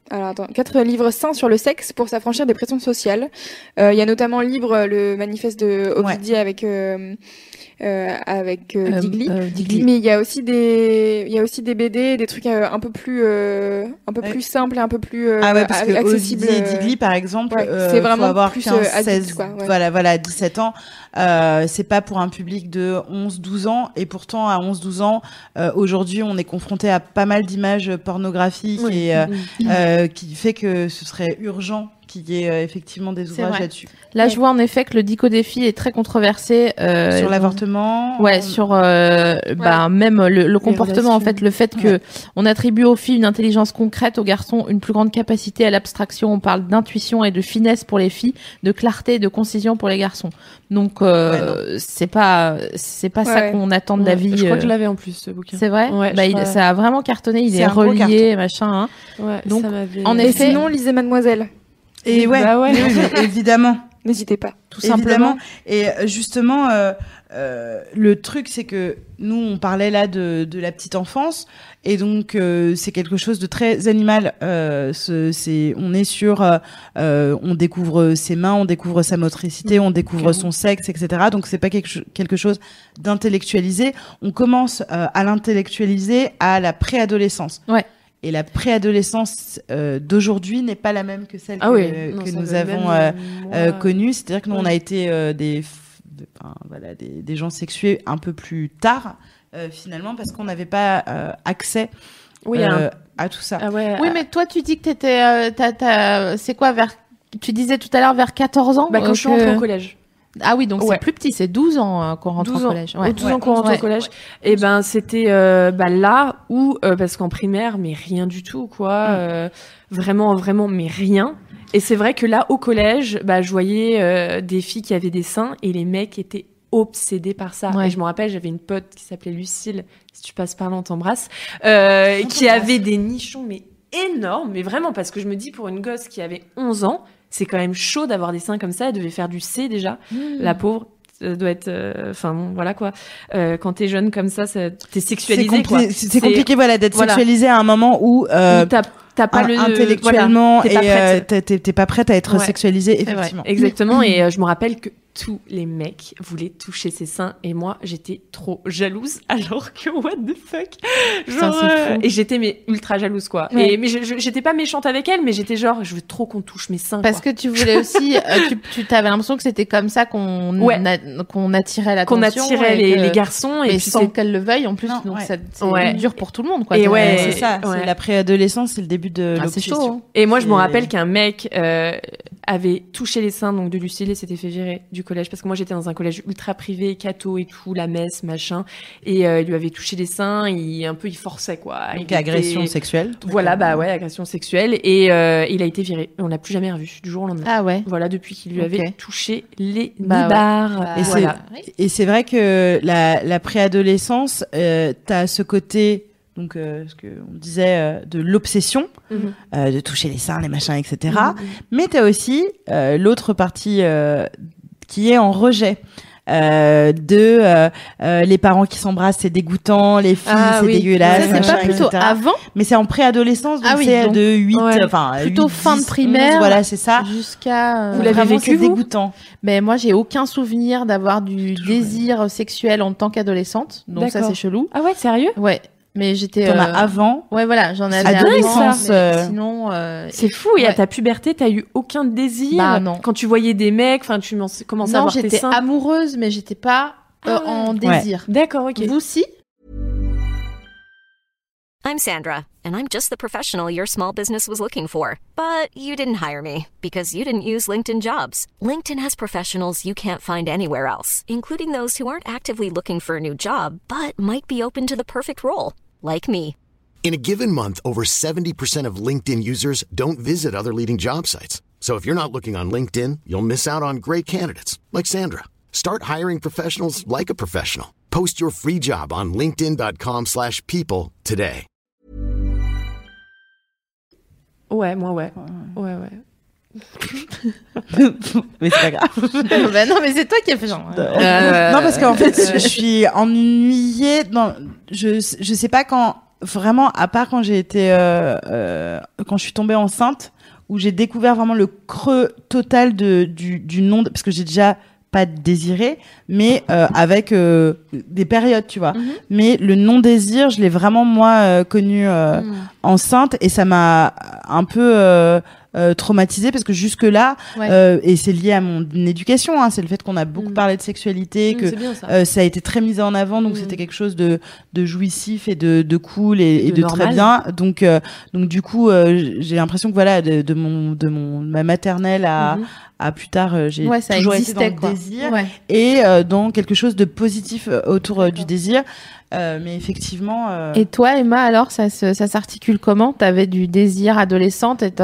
Alors attends, quatre livres sains sur le sexe pour s'affranchir des pressions sociales. Euh, Il y a notamment le livre, le manifeste de Ovidie ouais. avec euh, euh, avec euh, Digli. Euh, Digli. Mais il y a aussi des il y a aussi des B D, des trucs euh, un peu plus euh, un peu ouais. plus simples et un peu plus euh, ah ouais, parce que accessibles. Ovidie et Digli par exemple, ouais, euh, c'est vraiment faut avoir plus quinze, adulte, seize, quoi. Ouais. Voilà voilà dix-sept ans. Euh, c'est pas pour un public de onze douze ans et pourtant à onze douze ans euh, aujourd'hui on est confronté à pas mal d'images pornographiques oui. et euh, mmh. euh, qui fait que ce serait urgent qu'il y ait euh, effectivement des ouvrages là-dessus. Là, ouais. je vois en effet que le Dico-défi est très controversé. Euh, sur l'avortement. Ouais, sur euh, ouais. bah même le, le comportement en fait, le fait que ouais. on attribue aux filles une intelligence concrète, aux garçons une plus grande capacité à l'abstraction. On parle d'intuition et de finesse pour les filles, de clarté, et de concision pour les garçons. Donc euh, ouais, c'est pas c'est pas ouais. ça qu'on attend de ouais. la vie. Je crois euh... que je l'avais en plus ce bouquin. C'est vrai. Ouais, bah, il, crois... ça a vraiment cartonné. Il c'est est relié, machin. Hein. Ouais. Donc ça m'avait... en et effet, sinon lisez Mademoiselle. Et ouais, bah ouais. Oui, évidemment. N'hésitez pas. Tout simplement. Et justement, euh, euh, le truc, c'est que nous, on parlait là de, de la petite enfance, et donc euh, c'est quelque chose de très animal. Euh, ce, c'est, on est sur, euh, euh, on découvre ses mains, on découvre sa motricité, on découvre son sexe, et cetera. Donc c'est pas quelque, quelque chose d'intellectualisé. On commence euh, à l'intellectualiser à la préadolescence. Ouais. Et la préadolescence euh, d'aujourd'hui n'est pas la même que celle ah que, oui. non, que nous avons avons euh, euh, connue. C'est-à-dire que nous, ouais. on a été euh, des, de, enfin, voilà, des, des gens sexués un peu plus tard, euh, finalement, parce qu'on n'avait pas euh, accès oui, euh, un... à tout ça. Ah ouais, oui, euh... mais toi, tu dis que t'étais, euh, t'as, t'as, c'est quoi vers, tu disais tout à l'heure vers quatorze ans bah, quand euh, je suis rentrée au collège. Ah oui, donc ouais. c'est plus petit, c'est douze ans euh, qu'on rentre douze au ans. collège. Ouais. douze ans qu'on rentre ouais. au collège. Ouais. Et ben c'était euh, bah, là où, euh, parce qu'en primaire, mais rien du tout, quoi. Mm. Euh, vraiment, vraiment, mais rien. Et c'est vrai que là, au collège, bah, je voyais euh, des filles qui avaient des seins et les mecs étaient obsédés par ça. Ouais. Et je me rappelle, j'avais une pote qui s'appelait Lucille, si tu passes par là, on t'embrasse, euh, on qui avait des nichons, mais énormes, mais vraiment, parce que je me dis, pour une gosse qui avait onze ans, c'est quand même chaud d'avoir des seins comme ça. Elle devait faire du C déjà, mmh. la pauvre. Ça doit être, enfin euh, bon, voilà quoi. Euh, quand t'es jeune comme ça, ça t'es sexualisé. C'est, compli- quoi. c'est, c'est compliqué, voilà, d'être voilà. sexualisé à un moment où, euh, où t'as, t'as pas un, le intellectuellement voilà, t'es, pas et euh, t'es, t'es, t'es pas prête à être ouais. sexualisée, effectivement. Ouais. Exactement. Et euh, je me rappelle que tous les mecs voulaient toucher ses seins et moi j'étais trop jalouse alors que what the fuck genre ça, euh, et j'étais mais ultra jalouse quoi ouais. et mais je, je, j'étais pas méchante avec elle mais j'étais genre je veux trop qu'on touche mes seins parce quoi. Que tu voulais aussi euh, tu, tu t'avais l'impression que c'était comme ça qu'on ouais. a, qu'on attirait l'attention qu'on attirait les, que, les garçons et mais puis sans c'est... qu'elle le veuille en plus non, donc ouais. ça, c'est ouais. dur pour tout le monde quoi et ouais c'est ça ouais. c'est la préadolescence c'est le début de ah, l'obsession c'est chaud, hein. Et moi je me rappelle qu'un mec euh, avait touché les seins donc de Lucille et s'était fait virer du collège parce que moi j'étais dans un collège ultra privé, catho et tout, la messe, machin, et euh, il lui avait touché les seins, il un peu il forçait quoi. Donc il agression était... sexuelle. Voilà, bah ouais, agression sexuelle, et euh, il a été viré. On l'a plus jamais revu du jour au lendemain. Ah ouais. Voilà, depuis qu'il lui okay. avait touché les bah nibards. Ouais. Et, voilà. c'est, et c'est vrai que la, la préadolescence, euh, t'as ce côté. Donc, euh, ce que on disait euh, de l'obsession, mm-hmm. euh, de toucher les seins, les machins, et cetera. Mm-hmm. Mais t'as aussi euh, l'autre partie euh, qui est en rejet. Euh, de euh, euh, les parents qui s'embrassent, c'est dégoûtant, les filles, ah, c'est oui. dégueulasse. Ça, c'est machin, pas plutôt et cetera. Avant mais c'est en préadolescence, donc ah, oui, c'est donc, de huit, enfin ouais. plutôt huit, fin dix, de primaire, onze, voilà, c'est ça. Jusqu'à. Vous l'avez vécu, c'est vous dégoûtant. Mais moi, j'ai aucun souvenir d'avoir du Toujours désir ouais. sexuel en tant qu'adolescente, donc D'accord. ça c'est chelou. Ah ouais, sérieux? Ouais. Mais j'étais. T'en euh... as avant. Ouais, voilà, j'en avais adolescence. avant. Euh... Sinon. Euh... C'est fou. Et ouais. à ta puberté, t'as eu aucun désir. Bah non. Quand tu voyais des mecs, enfin, tu commençais à avoir tes seins. Non, j'étais amoureuse, mais j'étais pas euh, ah, en désir. Ouais. D'accord, ok. Vous aussi? I'm Sandra, and I'm just the professional your small business was looking for. But you didn't hire me because you didn't use LinkedIn Jobs. LinkedIn has professionals you can't find anywhere else, including those who aren't actively looking for a new job, but might be open to the perfect role, like me. In a given month, over seventy percent of LinkedIn users don't visit other leading job sites. So if you're not looking on LinkedIn, you'll miss out on great candidates like Sandra. Start hiring professionals like a professional. Post your free job on linkedin.com slash people today. Ouais, moi, ouais. Ouais, ouais. Mais c'est pas grave. bah non, mais c'est toi qui as fait genre. Euh... Non, parce qu'en fait, je suis ennuyée. Non, je, je sais pas quand vraiment, à part quand j'ai été, euh, euh, quand je suis tombée enceinte, où j'ai découvert vraiment le creux total de du du non, parce que j'ai déjà pas désiré, mais euh, avec euh, des périodes, tu vois. Mm-hmm. Mais le non-désir, je l'ai vraiment moi euh, connu euh, mm. enceinte, et ça m'a un peu euh, euh, traumatisée, parce que jusque là, ouais. euh, et c'est lié à mon éducation, hein, c'est le fait qu'on a beaucoup mm. parlé de sexualité, mm, que ça. Euh, ça a été très mis en avant, donc mm. c'était quelque chose de de jouissif et de de cool et, et de, de très bien. Donc euh, donc du coup, euh, j'ai l'impression que voilà, de, de mon de mon ma maternelle à mm-hmm. à plus tard, euh, j'ai ouais, toujours existait, été dans quoi. le désir ouais. et euh, dans quelque chose de positif autour euh, du désir. Euh, mais effectivement. Euh... Et toi, Emma, alors, ça, ça, ça s'articule comment ? T'avais du désir adolescente et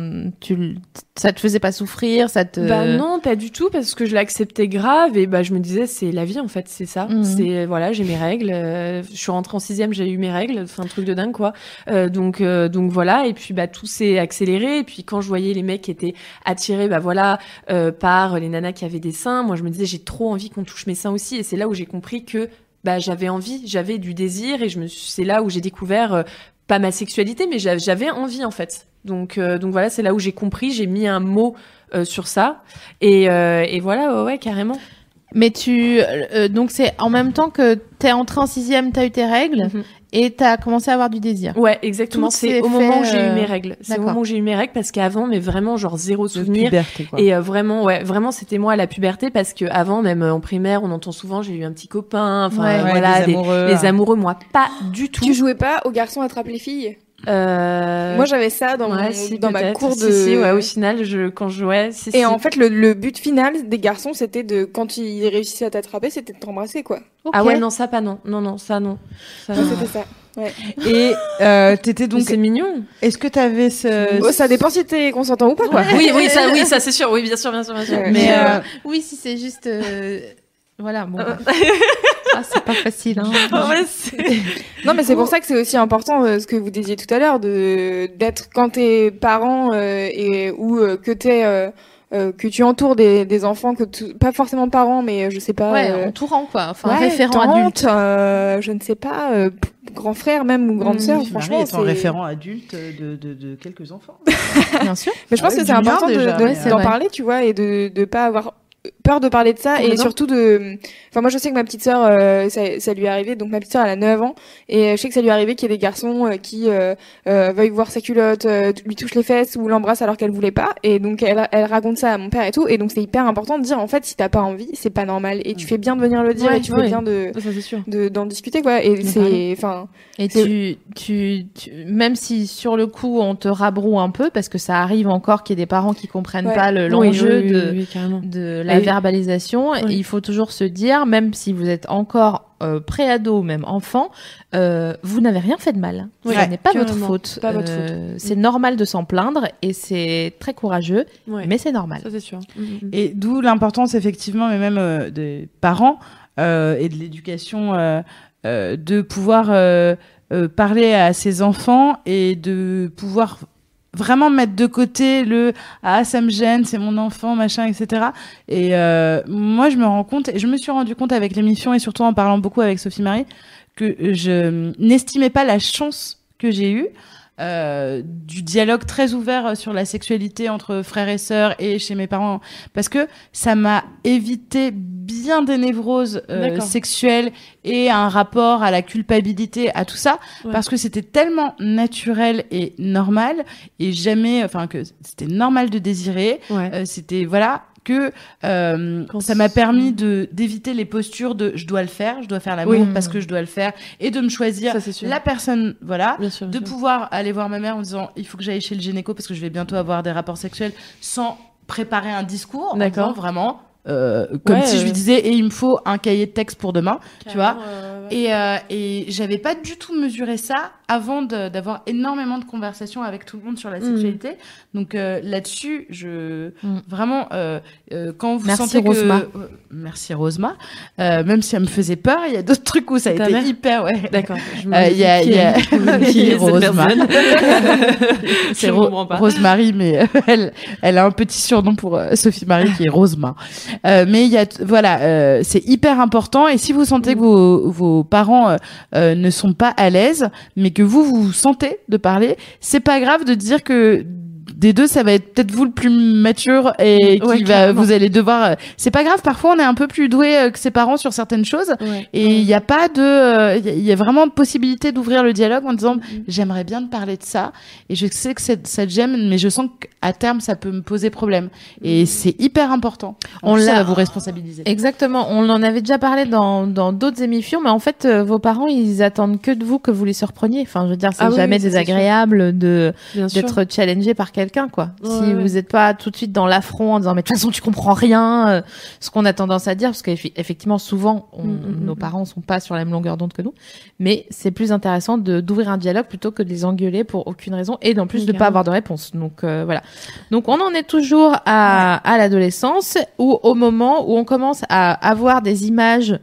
tu, ça te faisait pas souffrir, ça te. Bah non, pas du tout, parce que je l'acceptais grave et bah je me disais c'est la vie en fait, c'est ça. Mmh. C'est voilà, j'ai mes règles. Euh, je suis rentrée en sixième, j'ai eu mes règles, enfin un truc de dingue quoi. Euh, donc euh, donc voilà, et puis bah tout s'est accéléré. Et puis quand je voyais les mecs qui étaient attirés, bah voilà, euh, par les nanas qui avaient des seins, moi je me disais j'ai trop envie qu'on touche mes seins aussi. Et c'est là où j'ai compris que bah j'avais envie, j'avais du désir, et je me suis, c'est là où j'ai découvert euh, pas ma sexualité, mais j'avais envie en fait. Donc euh, donc voilà, c'est là où j'ai compris, j'ai mis un mot euh, sur ça, et euh, et voilà, ouais, ouais carrément. Mais tu euh, donc c'est en même temps que t'es entrée en sixième, t'as eu tes règles. Mm-hmm. Et t'as commencé à avoir du désir. Ouais, exactement. Tout c'est au moment où j'ai eu mes règles. C'est D'accord. au moment où j'ai eu mes règles, parce qu'avant, mais vraiment, genre zéro souvenir. Puberté, quoi. Et euh, vraiment, ouais, vraiment, c'était moi à la puberté, parce que avant, même en primaire, on entend souvent, j'ai eu un petit copain, enfin, ouais, ouais, voilà, les amoureux. Des, les amoureux, moi, pas du tout. Tu jouais pas aux garçons attrape les filles? Euh... Moi j'avais ça dans, ouais, mon, si, dans ma cour de. Si, si, ouais, au final, je, quand je jouais. Si, et si. en fait, le, le but final des garçons, c'était de, quand ils réussissaient à t'attraper, c'était de t'embrasser, quoi. Okay. Ah ouais, non, ça pas, non. Non, non, ça non. Ça, ouais, c'était ça. Ouais. Et euh, t'étais donc. C'est mignon. Est-ce que t'avais ce. Oh, ça dépend si t'es consentant ou pas, quoi. Ouais. Oui, oui, ça, oui, ça c'est sûr. Oui, bien sûr, bien sûr, bien sûr. Ouais. Mais euh, oui, si c'est juste. Euh... Voilà, bon. Bah. Ah, c'est pas facile, hein. Ouais, c'est... Non, mais c'est pour ça que c'est aussi important, euh, ce que vous disiez tout à l'heure, de d'être quand t'es parent euh, et ou euh, que t'es euh, euh, que tu entoures des des enfants, que tu... pas forcément parents, mais je sais pas. Ouais, euh... entourant quoi, enfin ouais, référent tante, adulte. Euh, je ne sais pas, euh, grand frère même ou grande mmh, sœur. Franchement, c'est un référent adulte de de de quelques enfants. Bien sûr. Mais je pense ah, que c'est important déjà, de, de, ouais, d'en parler, tu vois, et de de pas avoir peur de parler de ça, et surtout de enfin moi je sais que ma petite sœur euh, ça, ça lui est arrivé, donc ma petite sœur elle a neuf ans, et je sais que ça lui est arrivé qu'il y ait des garçons euh, qui euh, euh, veuillent voir sa culotte, euh, lui touchent les fesses ou l'embrassent alors qu'elle voulait pas, et donc elle elle raconte ça à mon père et tout, et donc c'est hyper important de dire en fait si t'as pas envie c'est pas normal, et tu fais bien de venir le dire, ouais, et tu ouais. fais bien de ça, c'est sûr. de d'en discuter quoi, et c'est enfin et tu, tu tu même si sur le coup on te rabroue un peu, parce que ça arrive encore qu'il y ait des parents qui comprennent ouais. pas le, l'enjeu oui, oui, de oui, oui, de la et verbalisation. Oui. Il faut toujours se dire, même si vous êtes encore euh, pré-ado, même enfant, euh, vous n'avez rien fait de mal. Oui, ce n'est pas votre faute. Pas votre euh, faute. C'est mmh. normal de s'en plaindre, et c'est très courageux, ouais. mais c'est normal. Ça, c'est sûr. Mmh. Et d'où l'importance, effectivement, mais même euh, des parents euh, et de l'éducation, euh, euh, de pouvoir euh, euh, parler à ses enfants et de pouvoir vraiment mettre de côté le ah ça me gêne, c'est mon enfant, machin, et cetera. Et euh, moi je me rends compte, et je me suis rendu compte avec l'émission, et surtout en parlant beaucoup avec Sophie Marie, que je n'estimais pas la chance que j'ai eue euh, du dialogue très ouvert sur la sexualité entre frères et sœurs et chez mes parents, parce que ça m'a évité bien des névroses euh, sexuelles et un rapport à la culpabilité, à tout ça, ouais. parce que c'était tellement naturel et normal, et jamais, enfin que c'était normal de désirer, ouais. euh, c'était voilà que euh, ça m'a permis de d'éviter les postures de je dois le faire, je dois faire l'amour oui. parce que je dois le faire, et de me choisir ça, la personne, voilà, bien sûr, bien de sûr. pouvoir aller voir ma mère en disant il faut que j'aille chez le gynéco parce que je vais bientôt avoir des rapports sexuels, sans préparer un discours, d'accord, en disant vraiment Euh, comme ouais, si je lui disais et il me faut un cahier de texte pour demain, tu vois, euh, ouais. et euh, et j'avais pas du tout mesuré ça avant de, d'avoir énormément de conversations avec tout le monde sur la sexualité. Mmh. Donc euh, là-dessus, je mmh. vraiment euh, euh, quand vous merci sentez Rosma. que euh, merci Rosma, euh, même si elle me faisait peur, il y a d'autres trucs où ça a été mère? hyper ouais. D'accord. Il euh, y a il y a qui est Rosma. C'est Ro- Rosemary, mais elle elle a un petit surnom pour euh, Sophie Marie qui est Rosma. Euh, mais il y a, voilà, euh, c'est hyper important. Et si vous sentez que vos, vos parents euh, euh, ne sont pas à l'aise, mais que vous vous sentez de parler, c'est pas grave de dire que des deux, ça va être peut-être vous le plus mature et qui ouais, va, clairement. vous allez devoir. C'est pas grave. Parfois, on est un peu plus doué que ses parents sur certaines choses, Ouais. et il y a pas de, il euh, y a vraiment possibilité d'ouvrir le dialogue en disant mm-hmm. j'aimerais bien te parler de ça, et je sais que c'est, ça te gêne, mais je sens qu'à terme ça peut me poser problème, et c'est hyper important. En on plus, l'a ça va vous responsabiliser. Exactement. On en avait déjà parlé dans dans d'autres émissions, mais en fait, euh, vos parents, ils attendent que de vous que vous les surpreniez. Enfin, je veux dire, c'est ah, jamais oui, désagréable de d'être challengé par quelqu'un. Quoi. Ouais, si ouais. vous n'êtes pas tout de suite dans l'affront en disant mais de toute façon tu comprends rien, euh, ce qu'on a tendance à dire, parce qu'effectivement souvent on, mm-hmm. nos parents sont pas sur la même longueur d'onde que nous, mais c'est plus intéressant de d'ouvrir un dialogue plutôt que de les engueuler pour aucune raison, et en plus de pas avoir de réponse. Donc euh, voilà. Donc on en est toujours à, à l'adolescence, ou au moment où on commence à avoir des images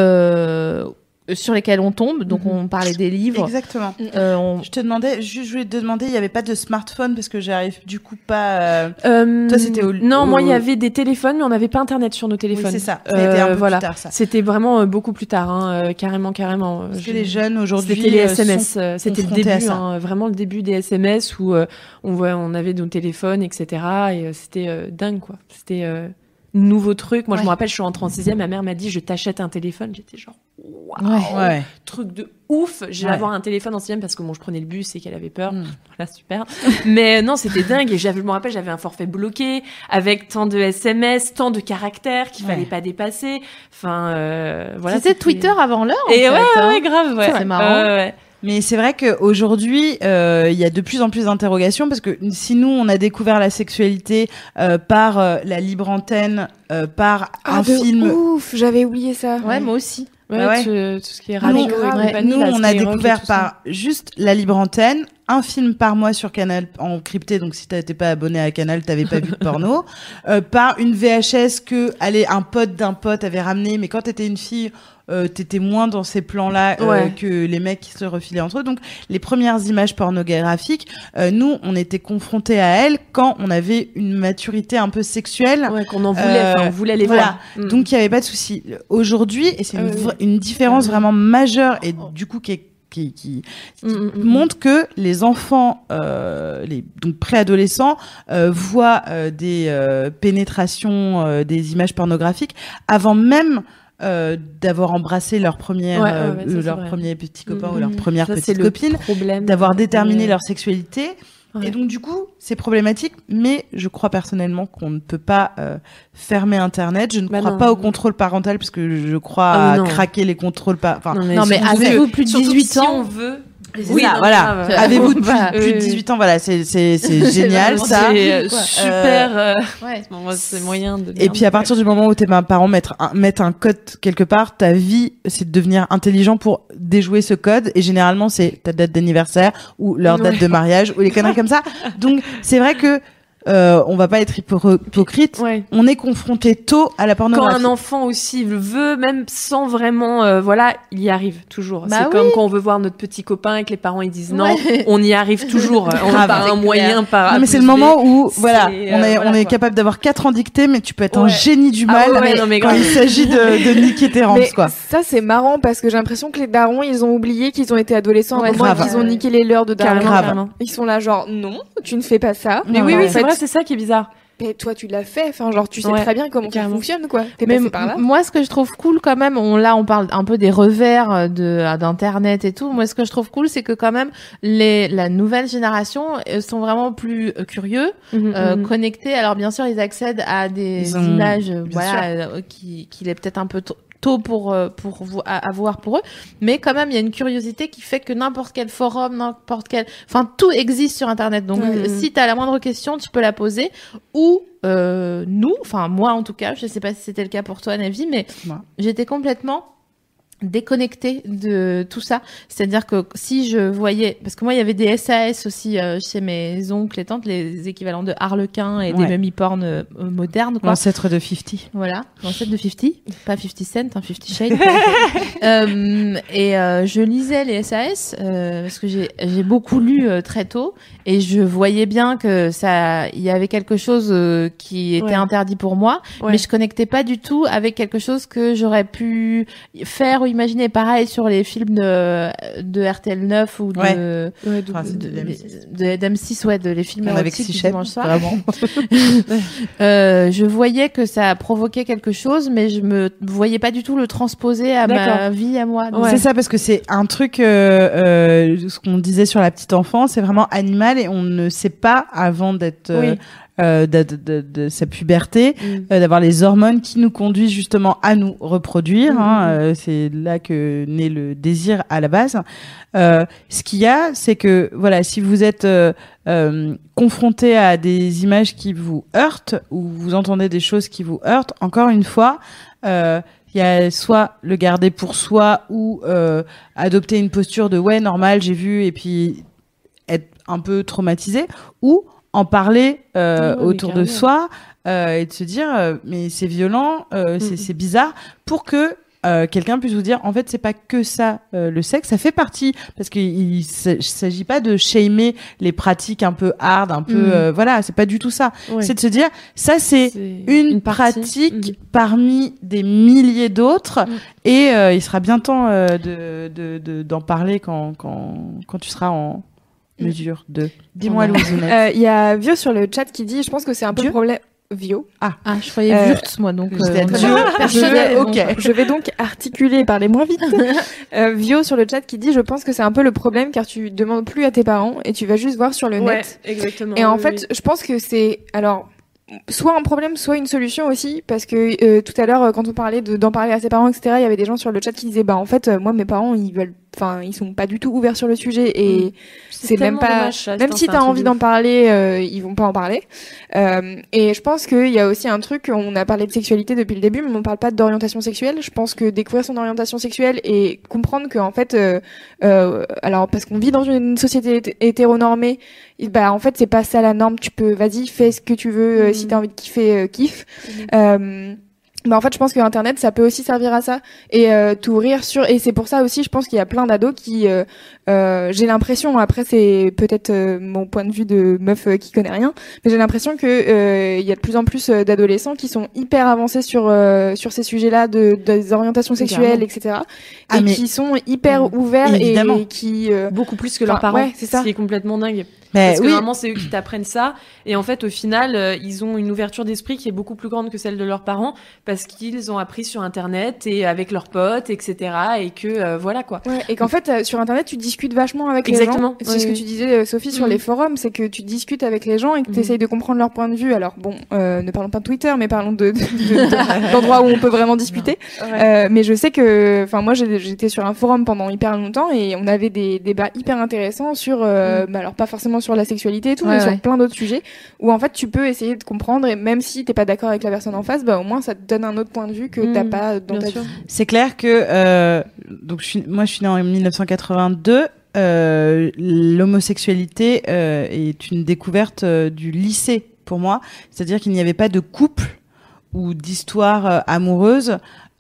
euh, sur lesquels on tombe. Donc, mm-hmm. on parlait des livres. Exactement. Euh, on... Je te demandais, je, je voulais te demander, il n'y avait pas de smartphone parce que j'arrive du coup pas. Euh... Euh, Toi, c'était au. Non, au... moi, il y avait des téléphones, mais on n'avait pas Internet sur nos téléphones. Oui, c'est ça. Ça a été un peu voilà. plus tard, ça. C'était vraiment euh, beaucoup plus tard, hein, euh, carrément, carrément. Parce que les jeunes aujourd'hui. C'était les S M S. Euh, c'était le début, hein, vraiment le début des S M S où euh, on, voit, on avait nos téléphones, et cetera. Et euh, c'était euh, dingue, quoi. C'était. Euh... nouveau truc. Moi, ouais. je me rappelle, je suis rentrée en sixième, ma mère m'a dit, je t'achète un téléphone. J'étais genre, waouh, ouais. ouais. truc de ouf. J'ai ouais. avoir un téléphone en sixième parce que bon, je prenais le bus et qu'elle avait peur. Mm. Voilà, super. Mais non, c'était dingue. Et j'avais, je me rappelle, j'avais un forfait bloqué avec tant de S M S, tant de caractères qu'il ouais. fallait pas dépasser. Enfin, euh, voilà. C'était, c'était Twitter avant l'heure. Et en ouais, fait, ouais, hein. ouais, grave, ouais. C'est marrant. Euh, ouais. Mais c'est vrai qu'aujourd'hui, euh, il y a de plus en plus d'interrogations, parce que si nous, on a découvert la sexualité euh, par euh, la libre antenne, euh, par ah, un de film... Ouf, j'avais oublié ça. Ouais, ouais. moi aussi. Ouais, bah ouais. Tout, tout ce qui est radio. Nous, nous on a découvert par juste la libre antenne, un film par mois sur Canal en crypté, donc si t'étais pas abonné à Canal, t'avais pas vu de porno, euh, par une V H S que, allez, un pote d'un pote avait ramené, mais quand t'étais une fille, euh, t'étais moins dans ces plans-là euh, ouais. que les mecs qui se refilaient entre eux. Donc, les premières images pornographiques, euh, nous, on était confrontés à elles quand on avait une maturité un peu sexuelle. Ouais, qu'on en voulait, euh, on voulait les voilà. voir. Mm. Donc, il y avait pas de souci. Aujourd'hui, et c'est ah, une, oui. une différence ah, vraiment majeure, et du coup, qui est qui, qui, qui mmh, mmh. montre que les enfants, euh, les donc préadolescents, euh, voient euh, des euh, pénétrations, euh, des images pornographiques avant même euh, d'avoir embrassé leur première, ouais, ouais, ouais, euh, ça, leur premier petit copain mmh, ou leur mmh. première ça, petite copine, d'avoir déterminé leur sexualité. Ouais. Et donc du coup, c'est problématique, mais je crois personnellement qu'on ne peut pas euh, fermer Internet. Je ne bah crois non, pas non. au contrôle parental, parce que je crois ah, à non. craquer les contrôles par. Enfin, non mais, non, mais avez-vous plus de dix-huit ans, si on veut. Oui, ça, voilà. Euh, Avez-vous plus, bah, plus de dix-huit ans, voilà, c'est c'est c'est génial ça. C'est super. Euh, ouais. C'est moyen de. Et puis à partir du moment où tes parents mettent un, mettent un code quelque part, ta vie c'est de devenir intelligent pour déjouer ce code. Et généralement c'est ta date d'anniversaire ou leur date ouais. de mariage ou les conneries comme ça. Donc c'est vrai que. Euh, on va pas être hypocrite. Ouais. On est confronté tôt à la pornographie. Quand un enfant aussi le veut, même sans vraiment, euh, voilà, il y arrive toujours. Bah c'est oui. comme quand on veut voir notre petit copain et que les parents ils disent non, ouais. on y arrive toujours. On a par un moyen, par. Non mais c'est le moment où voilà, on est euh, voilà, on est quoi. capable d'avoir quatre ans dictées, mais tu peux être ouais. un génie du mal ah ouais, non, mais quand il s'agit de, de niquer tes rances, quoi. Ça c'est marrant parce que j'ai l'impression que les darons ils ont oublié qu'ils ont été adolescents ouais, au moment qu'ils ont niqué les leurs de darons. Grave. Ils sont là genre non, tu ne fais pas ça. Mais oui oui, c'est vrai, c'est ça qui est bizarre. Mais toi, tu l'as fait. Enfin, genre, tu sais ouais, très bien comment ça fonctionne, quoi. T'es mais passé par là. Moi, ce que je trouve cool, quand même, on, là, on parle un peu des revers de, d'internet et tout. Moi, ce que je trouve cool, c'est que quand même, les, la nouvelle génération sont vraiment plus curieux, mmh, euh, mmh. connectés. Alors, bien sûr, ils accèdent à des ont... images, bien voilà, euh, qui, qui est peut-être un peu t- tôt pour pour vous avoir pour eux, mais quand même il y a une curiosité qui fait que n'importe quel forum, n'importe quel, enfin tout existe sur internet. Donc mmh. si t'as la moindre question, tu peux la poser. Ou euh, nous, enfin moi en tout cas, je sais pas si c'était le cas pour toi Navi, mais ouais. j'étais complètement déconnectée de tout ça. C'est-à-dire que si je voyais, parce que moi il y avait des S A S aussi euh, chez mes oncles et tantes, les équivalents de Harlequin et ouais. des mummy porn euh, modernes, quoi. L'ancêtre de cinquante. Voilà, l'ancêtre de cinquante, pas cinquante cent, hein, cinquante shades. euh, et euh, je lisais les S A S euh, parce que j'ai j'ai beaucoup lu euh, très tôt et je voyais bien que ça, il y avait quelque chose euh, qui était ouais. interdit pour moi, ouais. mais je connectais pas du tout avec quelque chose que j'aurais pu faire ou imaginer. Pareil sur les films de, de R T L neuf ou de, ouais. de, enfin, de, de, de d'M six, ouais, de les films avec six chaînes, dimanche soir. Vraiment. euh, je voyais que ça provoquait quelque chose, mais je me voyais pas du tout le transposer à D'accord. ma vie, à moi. Ouais. C'est ça, parce que c'est un truc, euh, euh, ce qu'on disait sur la petite enfance, c'est vraiment animal et on ne sait pas avant d'être... Euh, oui. Euh, de, de, de, de sa puberté, mm. euh, d'avoir les hormones qui nous conduisent justement à nous reproduire. Mm. Hein, euh, c'est là que naît le désir à la base. Euh, ce qu'il y a, c'est que voilà, si vous êtes euh, euh, confronté à des images qui vous heurtent ou vous entendez des choses qui vous heurtent, encore une fois, euh, il y a soit le garder pour soi ou euh, adopter une posture de ouais normal, j'ai vu, et puis être un peu traumatisé, ou en parler euh, ouais, autour de soi euh, et de se dire euh, mais c'est violent, euh, mm-hmm. c'est, c'est bizarre, pour que euh, quelqu'un puisse vous dire en fait c'est pas que ça euh, le sexe, ça fait partie, parce qu'il il s'agit pas de shamer les pratiques un peu hard, un peu mm. euh, voilà, c'est pas du tout ça, ouais. c'est de se dire ça c'est, c'est une, une pratique mm. parmi des milliers d'autres mm. et euh, il sera bien temps euh, de, de, de d'en parler quand quand quand tu seras en mesure de. Dis-moi, Louisounette. Il euh, y a Vio sur le chat qui dit, je pense que c'est un peu le problème. Vio. Ah, ah, je croyais euh, Wurtz, moi, donc. Euh, je, vais, okay. je vais donc articuler, parler moins vite. euh, Vio sur le chat qui dit, je pense que c'est un peu le problème car tu demandes plus à tes parents et tu vas juste voir sur le ouais, net. Exactement. Et en oui, fait, oui. je pense que c'est, alors, soit un problème, soit une solution aussi, parce que euh, tout à l'heure, quand on parlait de, d'en parler à ses parents, et cetera, il y avait des gens sur le chat qui disaient, bah en fait, euh, moi, mes parents, ils veulent, enfin, ils sont pas du tout ouverts sur le sujet et mmh. c'est, c'est même pas, dommage, ça, même si t'as envie d'en parler, euh, ils vont pas en parler. Euh, et je pense qu'il y a aussi un truc, on a parlé de sexualité depuis le début, mais on parle pas d'orientation sexuelle. Je pense que découvrir son orientation sexuelle et comprendre que en fait, euh, euh, alors parce qu'on vit dans une société hétéronormée, bah en fait c'est pas ça la norme. Tu peux, vas-y, fais ce que tu veux. Mmh. Si t'as envie de kiffer, euh, kiffe. Mmh. Euh, bah en fait je pense que Internet ça peut aussi servir à ça et euh, t'ouvrir sur, et c'est pour ça aussi je pense qu'il y a plein d'ados qui euh, euh, j'ai l'impression, après c'est peut-être euh, mon point de vue de meuf euh, qui connaît rien, mais j'ai l'impression que euh, il y a de plus en plus euh, d'adolescents qui sont hyper avancés sur euh, sur ces sujets-là de, de des orientations sexuelles, et cetera. Ah, et qui sont hyper mmh. ouverts évidemment. Et qui euh, beaucoup plus que leurs parents. Ouais, c'est ça. Ce qui est complètement dingue. Mais Parce que oui. vraiment, c'est eux qui t'apprennent ça. Et en fait, au final, euh, ils ont une ouverture d'esprit qui est beaucoup plus grande que celle de leurs parents parce qu'ils ont appris sur Internet et avec leurs potes, et cetera. Et que, euh, voilà, quoi. Ouais, et qu'en fait, euh, sur Internet, tu discutes vachement avec Exactement. les gens. C'est oui, ce que oui. tu disais, euh, Sophie, sur mmh. les forums, c'est que tu discutes avec les gens et que tu essayes mmh. de comprendre leur point de vue. Alors, bon, euh, ne parlons pas de Twitter, mais parlons de, de, de, de d'endroits où on peut vraiment discuter. Ouais. Euh, mais je sais que, enfin, moi, j'ai, j'étais sur un forum pendant hyper longtemps et on avait des débats hyper intéressants sur, euh, mmh. bah, alors pas forcément sur la sexualité et tout, ouais, mais ouais. sur plein d'autres sujets où en fait tu peux essayer de comprendre, et même si t'es pas d'accord avec la personne en face, bah au moins ça te donne un autre point de vue que mmh, t'as pas dans ta vie. C'est clair que euh, donc je suis, moi je suis née en dix-neuf cent quatre-vingt-deux. Euh, l'homosexualité euh, est une découverte euh, du lycée pour moi, c'est-à-dire qu'il n'y avait pas de couple ou d'histoire euh, amoureuse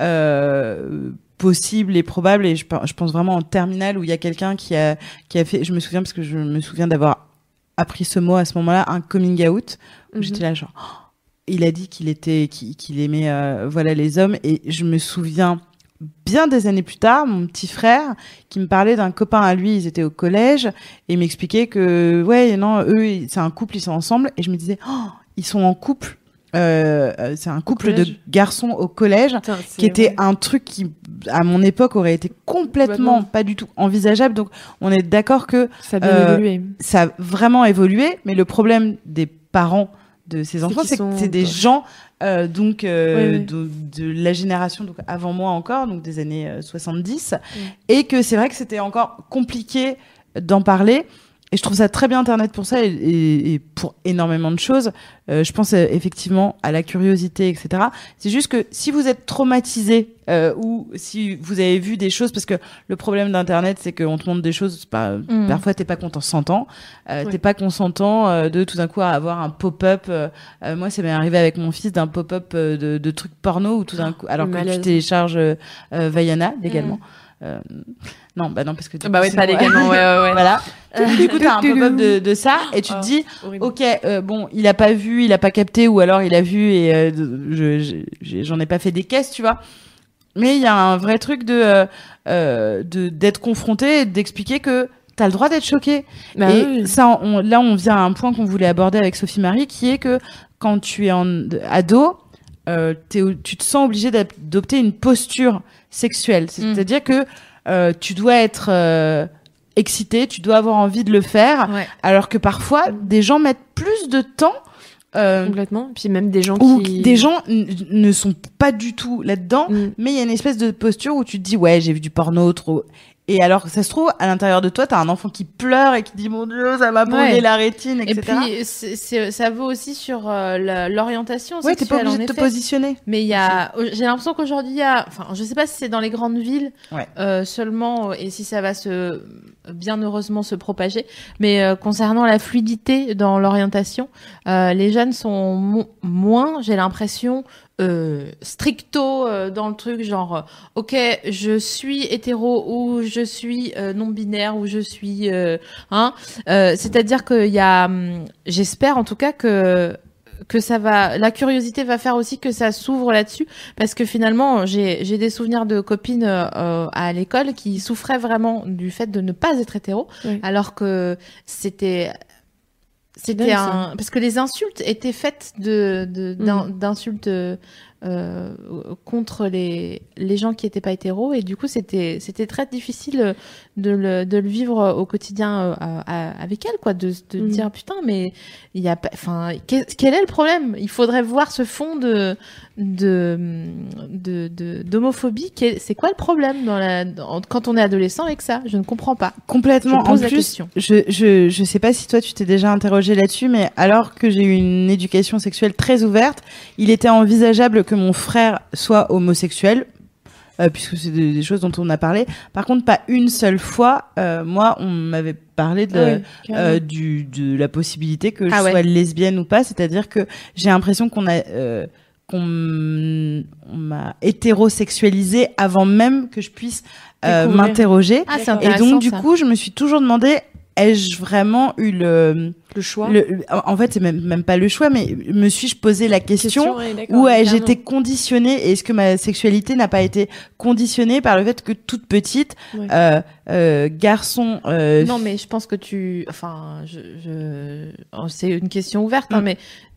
euh, possible et probable, et je, je pense vraiment en terminale où il y a quelqu'un qui a qui a fait, je me souviens parce que je me souviens d'avoir appris ce mot à ce moment-là, un coming out, où mm-hmm. j'étais là genre oh, il a dit qu'il était qu'il, qu'il aimait euh, voilà les hommes, et je me souviens bien des années plus tard, mon petit frère qui me parlait d'un copain à lui, ils étaient au collège et il m'expliquait que ouais non, eux c'est un couple, ils sont ensemble, et je me disais oh, ils sont en couple. Euh, c'est un couple de garçons au collège. Putain, qui était vrai. Un truc qui à mon époque aurait été complètement ouais, pas du tout envisageable, donc on est d'accord que ça a bien euh, évolué. Ça a vraiment évolué, mais le problème des parents de ces enfants, c'est, c'est que sont... c'est des gens euh, donc euh, oui, oui. De, de la génération donc avant moi encore, donc des années euh, soixante-dix, oui. et que c'est vrai que c'était encore compliqué d'en parler. et je trouve ça très bien Internet pour ça et, et, et pour énormément de choses. Euh, je pense euh, effectivement à la curiosité, et cetera. C'est juste que si vous êtes traumatisé euh, ou si vous avez vu des choses, parce que le problème d'Internet, c'est qu'on te montre des choses, pas, mmh. parfois t'es pas consentant, euh, oui. t'es pas consentant euh, de tout d'un coup avoir un pop-up. Euh, euh, moi, ça m'est arrivé avec mon fils d'un pop-up euh, de, de trucs porno ou tout d'un coup, alors que malaise. Tu télécharges euh, euh, Vaiana légalement. Mmh. Euh, non, bah non, parce que tu bah ouais, pas légalement, ouais, ouais, ouais. Voilà. Du coup, t'as un pop-up de, de ça et tu oh, te dis, horrible. ok, euh, bon, il a pas vu, il a pas capté, ou alors il a vu et euh, je, je, j'en ai pas fait des caisses, tu vois. Mais il y a un vrai truc de, euh, euh, de d'être confronté et d'expliquer que t'as le droit d'être choqué. Bah et oui. ça, on, là, on vient à un point qu'on voulait aborder avec Sophie Marie, qui est que quand tu es en ado, euh, t'es, tu te sens obligé d'adopter une posture sexuelle. C'est-à-dire mmh. que euh, tu dois être euh, excité, tu dois avoir envie de le faire, ouais. alors que parfois, des gens mettent plus de temps. Euh, Complètement. Puis même des gens ou qui... des gens n- ne sont pas du tout là-dedans, mmh. mais il y a une espèce de posture où tu te dis, ouais, j'ai vu du porno, trop... Et alors, ça se trouve, à l'intérieur de toi, t'as un enfant qui pleure et qui dit, mon Dieu, ça m'a brûlé ouais. la rétine, et cetera. Et puis, c'est, c'est, ça vaut aussi sur euh, la, l'orientation ouais, sexuelle. t'es pas obligé de te positionner. Mais il y a, j'ai l'impression qu'aujourd'hui, il y a, enfin, je sais pas si c'est dans les grandes villes ouais. euh, seulement, et si ça va se, bien heureusement se propager, mais euh, concernant la fluidité dans l'orientation, euh, les jeunes sont mo- moins, j'ai l'impression, Euh, stricto euh, dans le truc, genre euh, ok, je suis hétéro ou je suis euh, non binaire ou je suis euh, hein euh, c'est-à-dire qu'il y a hum, j'espère en tout cas que que ça va, la curiosité va faire aussi que ça s'ouvre là-dessus, parce que finalement j'ai j'ai des souvenirs de copines euh, à l'école qui souffraient vraiment du fait de ne pas être hétéro, oui. alors que c'était C'était un... Parce que les insultes étaient faites de, de, d'in... mmh. d'insultes euh, contre les, les gens qui n'étaient pas hétéros. Et du coup, c'était, c'était très difficile de le, de le vivre au quotidien euh, à, avec elle, quoi. De, de mmh. dire, putain, mais il y a pas... Enfin, quel, quel est le problème ? Il faudrait voir ce fond de, de, de, de, d'homophobie. Quel, c'est quoi le problème dans la, dans, quand on est adolescent avec ça ? Je ne comprends pas. Complètement. Je pose en la plus, question. Je, je, je sais pas si toi, tu t'es déjà interrogé là-dessus, mais alors que j'ai eu une éducation sexuelle très ouverte, il était envisageable que mon frère soit homosexuel, euh, puisque c'est des, des choses dont on a parlé. Par contre, pas une seule fois, euh, moi, on m'avait parlé de, ah oui, euh, du, de la possibilité que je ah ouais. sois lesbienne ou pas, c'est-à-dire que j'ai l'impression qu'on a... Euh, qu'on on m'a hétérosexualisée avant même que je puisse euh, m'interroger. Ah, c'est et donc, du ça. coup, je me suis toujours demandé, ai-je vraiment eu le... Le choix le, En fait, c'est même, même pas le choix, mais me suis-je posé la question, question où ai-je été conditionnée, et est-ce que ma sexualité n'a pas été conditionnée par le fait que toute petite, oui. euh, euh, garçon... Euh, non, mais je pense que tu... Enfin, je, je... c'est une question ouverte, mmh. hein, mais...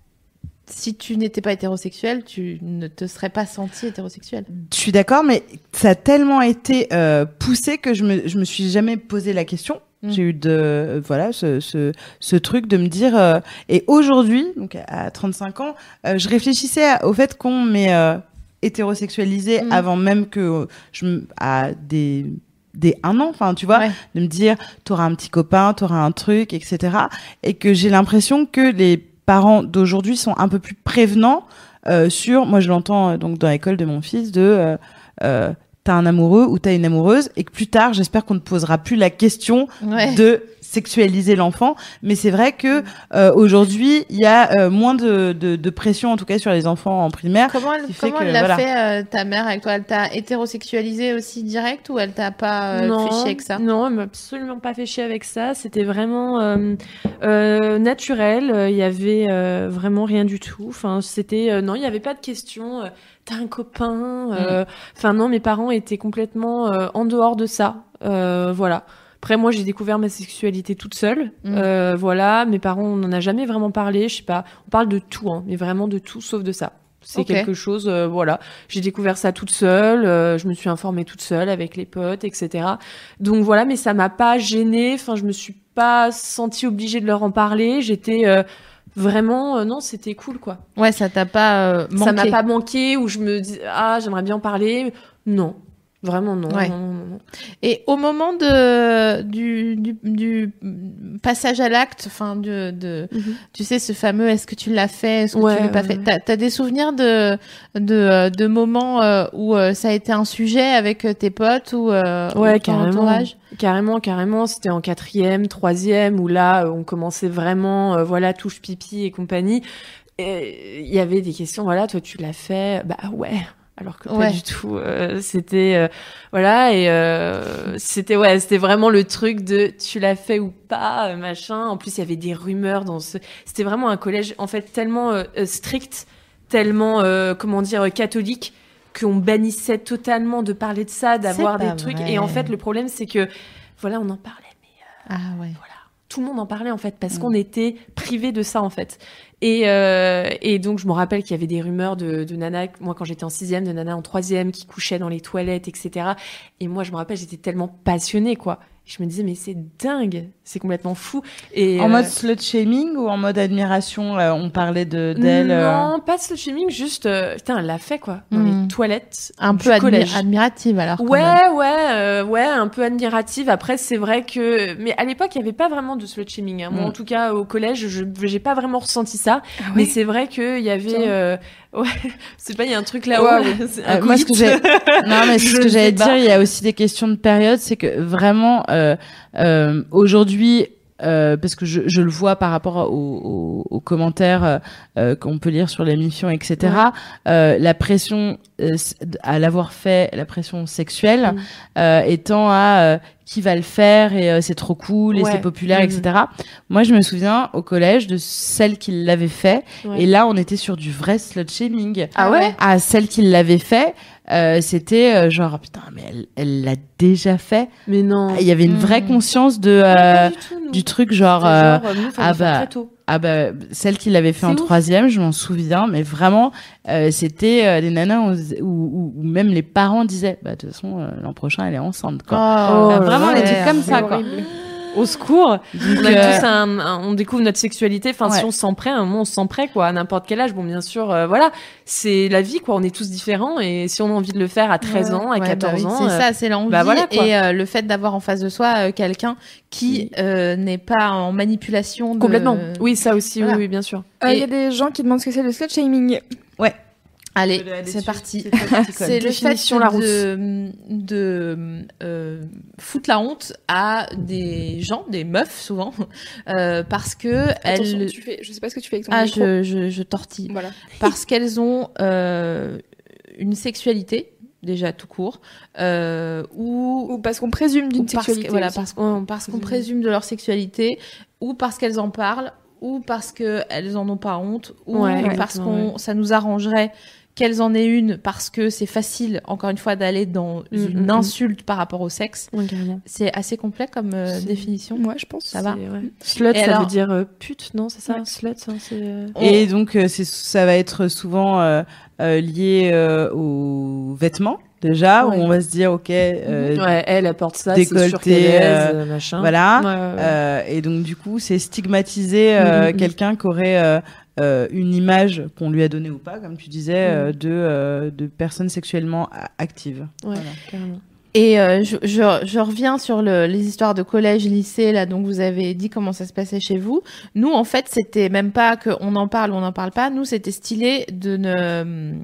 Si tu n'étais pas hétérosexuel, tu ne te serais pas senti hétérosexuel. Je suis d'accord, mais ça a tellement été euh, poussé que je me je me suis jamais posé la question. Mmh. J'ai eu de euh, voilà ce ce ce truc de me dire euh, et aujourd'hui, donc à trente-cinq ans, euh, je réfléchissais à, au fait qu'on m'ait euh, hétérosexualisé mmh. avant même que je à des des un an, enfin tu vois, ouais. de me dire t'auras un petit copain, t'auras un truc, et cetera. Et que j'ai l'impression que les parents d'aujourd'hui sont un peu plus prévenants euh, sur, moi je l'entends euh, donc dans l'école de mon fils, de euh, euh, t'as un amoureux ou t'as une amoureuse, et que plus tard j'espère qu'on ne posera plus la question ouais. de sexualiser l'enfant, mais c'est vrai que euh, aujourd'hui il y a euh, moins de, de, de pression en tout cas sur les enfants en primaire. Comment elle, comment que, elle l'a voilà. fait euh, ta mère avec toi ? Elle t'a hétérosexualisé aussi direct, ou elle t'a pas euh, non, fait chier avec ça ? Non, elle m'a absolument pas fait chier avec ça. C'était vraiment euh, euh, naturel. Il y avait euh, vraiment rien du tout. Enfin, c'était euh, non, il y avait pas de question. Euh, T'as un copain. Enfin euh, mm. non, mes parents étaient complètement euh, en dehors de ça. Euh, voilà. Après, moi, j'ai découvert ma sexualité toute seule. Mmh. Euh, voilà, mes parents, on n'en a jamais vraiment parlé. Je sais pas, on parle de tout, hein, mais vraiment de tout, sauf de ça. C'est okay. quelque chose, euh, voilà. J'ai découvert ça toute seule. Euh, je me suis informée toute seule avec les potes, et cetera. Donc voilà, mais ça m'a pas gênée. Enfin, je me suis pas sentie obligée de leur en parler. J'étais euh, vraiment, euh, non, c'était cool, quoi. Ouais, ça t'a pas euh, manqué. Ça m'a pas manqué. Où je me dis, ah, j'aimerais bien en parler. Non. Vraiment non, ouais. non, non, non. Et au moment de du du, du passage à l'acte, enfin de de mm-hmm. tu sais ce fameux est-ce que tu l'as fait, est-ce que ouais, tu l'as pas ouais, fait. ouais. T'as t'as des souvenirs de de de moments euh, où euh, ça a été un sujet avec tes potes ou euh, ouais ou ton carrément entourage. Carrément, carrément. C'était en quatrième, troisième où là on commençait vraiment euh, voilà touche pipi et compagnie. Il y avait des questions. Voilà, toi tu l'as fait. Bah ouais. Alors que ouais. pas du tout. Euh, c'était euh, voilà et euh, c'était ouais c'était vraiment le truc de tu l'as fait ou pas euh, machin. En plus il y avait des rumeurs dans ce. C'était vraiment un collège en fait tellement euh, strict, tellement euh, comment dire catholique qu'on bannissait totalement de parler de ça, d'avoir des trucs. Vrai. Et en fait le problème c'est que voilà on en parlait mais euh, ah ouais voilà tout le monde en parlait en fait parce mmh. qu'on était privé de ça en fait. Et, euh, et donc, je me rappelle qu'il y avait des rumeurs de, de nanas, moi quand j'étais en sixième, de nanas en troisième qui couchaient dans les toilettes, et cetera. Et moi, je me rappelle, j'étais tellement passionnée, quoi. Je me disais, mais c'est dingue, c'est complètement fou. Et, en euh... mode slut-shaming ou en mode admiration, euh, on parlait de, d'elle Non, euh... pas de slut-shaming, juste, euh, putain, elle l'a fait, quoi, dans mmh. les toilettes un du peu collège. Admi- admirative, alors. Ouais, ouais, euh, ouais, un peu admirative. Après, c'est vrai que... Mais à l'époque, il n'y avait pas vraiment de slut-shaming. Hein. Mmh. Moi, en tout cas, au collège, je j'ai pas vraiment ressenti ça. Ah ouais. Mais c'est vrai qu'il y avait... Euh... Ouais, c'est pas, il y a un truc là-haut. Ouais, euh, moi, ce que j'ai... Non, mais ce que j'allais dire, il y a aussi des questions de période, c'est que vraiment... Euh, euh, aujourd'hui, euh, parce que je, je le vois par rapport aux, aux, aux commentaires euh, qu'on peut lire sur l'émission, et cetera. Ouais. Euh, la pression euh, à l'avoir fait, la pression sexuelle, mmh. euh, étant à euh, qui va le faire et euh, c'est trop cool et ouais. c'est populaire, mmh. et cetera. Moi, je me souviens au collège de celle qui l'avait fait, ouais. et là, on était sur du vrai slut shaming. Ah ouais. À celle qui l'avait fait. Euh, c'était euh, genre putain mais elle elle l'a déjà fait, mais non il y avait une vraie mmh. conscience de euh, du, tout, du truc genre, genre euh, nous, ah bah ah bah celle qui l'avait fait c'est en ouf. Troisième, je m'en souviens, mais vraiment euh, c'était euh, des nanas où, où, où même les parents disaient bah de toute façon euh, l'an prochain elle est enceinte quoi. Oh, enfin, vraiment ouais, des trucs comme ça quoi. Au secours. Donc, on, a euh... tous un, un, on découvre notre sexualité. Enfin, ouais. si on se sent prêt, à un moment, on se sent prêt, quoi, à n'importe quel âge. Bon, bien sûr, euh, voilà. C'est la vie, quoi. On est tous différents. Et si on a envie de le faire à treize ouais. ans, à ouais, quatorze bah oui, ans. C'est euh... ça, c'est l'envie. Bah voilà, et euh, le fait d'avoir en face de soi euh, quelqu'un qui euh, n'est pas en manipulation. De... Complètement. Oui, ça aussi, voilà. oui, oui, bien sûr. Il euh, et... y a des gens qui demandent ce que c'est le slut shaming. Ouais. Allez, c'est parti. C'est le fait de, de euh, foutre la honte à des gens, des meufs souvent, euh, parce que Attention, elles. Tu fais, je sais pas ce que tu fais avec ton ah, micro. je, je, je tortille. Voilà. Parce qu'elles ont euh, une sexualité déjà tout court, euh, ou ou parce qu'on présume d'une sexualité. Parce, voilà, parce qu'on parce qu'on présume de leur sexualité, ou parce qu'elles en parlent, ou parce que elles en ont pas honte, ou ouais, parce ouais. qu'on ça nous arrangerait qu'elles en aient une parce que c'est facile, encore une fois, d'aller dans mmh, une mmh. insulte par rapport au sexe. Ouais, c'est assez complet comme euh, définition. Moi, ouais, je pense. Ça va. Ouais. Slut, et ça alors... veut dire euh, pute, non? C'est ça, ouais. Slut, hein, c'est. Euh... Et donc, euh, c'est ça va être souvent euh, euh, lié euh, aux vêtements. Déjà, ouais. où on va se dire, ok, euh, ouais, elle apporte ça, décolleté, c'est sûr qu'elle est euh, machin. Voilà. Ouais, ouais, ouais. Euh, et donc, du coup, c'est stigmatiser euh, mmh, quelqu'un qui aurait euh, euh, une image qu'on lui a donnée ou pas, comme tu disais, mmh. euh, de, euh, de personnes sexuellement actives. Ouais, voilà. Carrément. Et euh, je, je, je reviens sur le, les histoires de collège, lycée, là, donc vous avez dit comment ça se passait chez vous. Nous, en fait, c'était même pas qu'on en parle ou on n'en parle pas. Nous, c'était stylé de ne,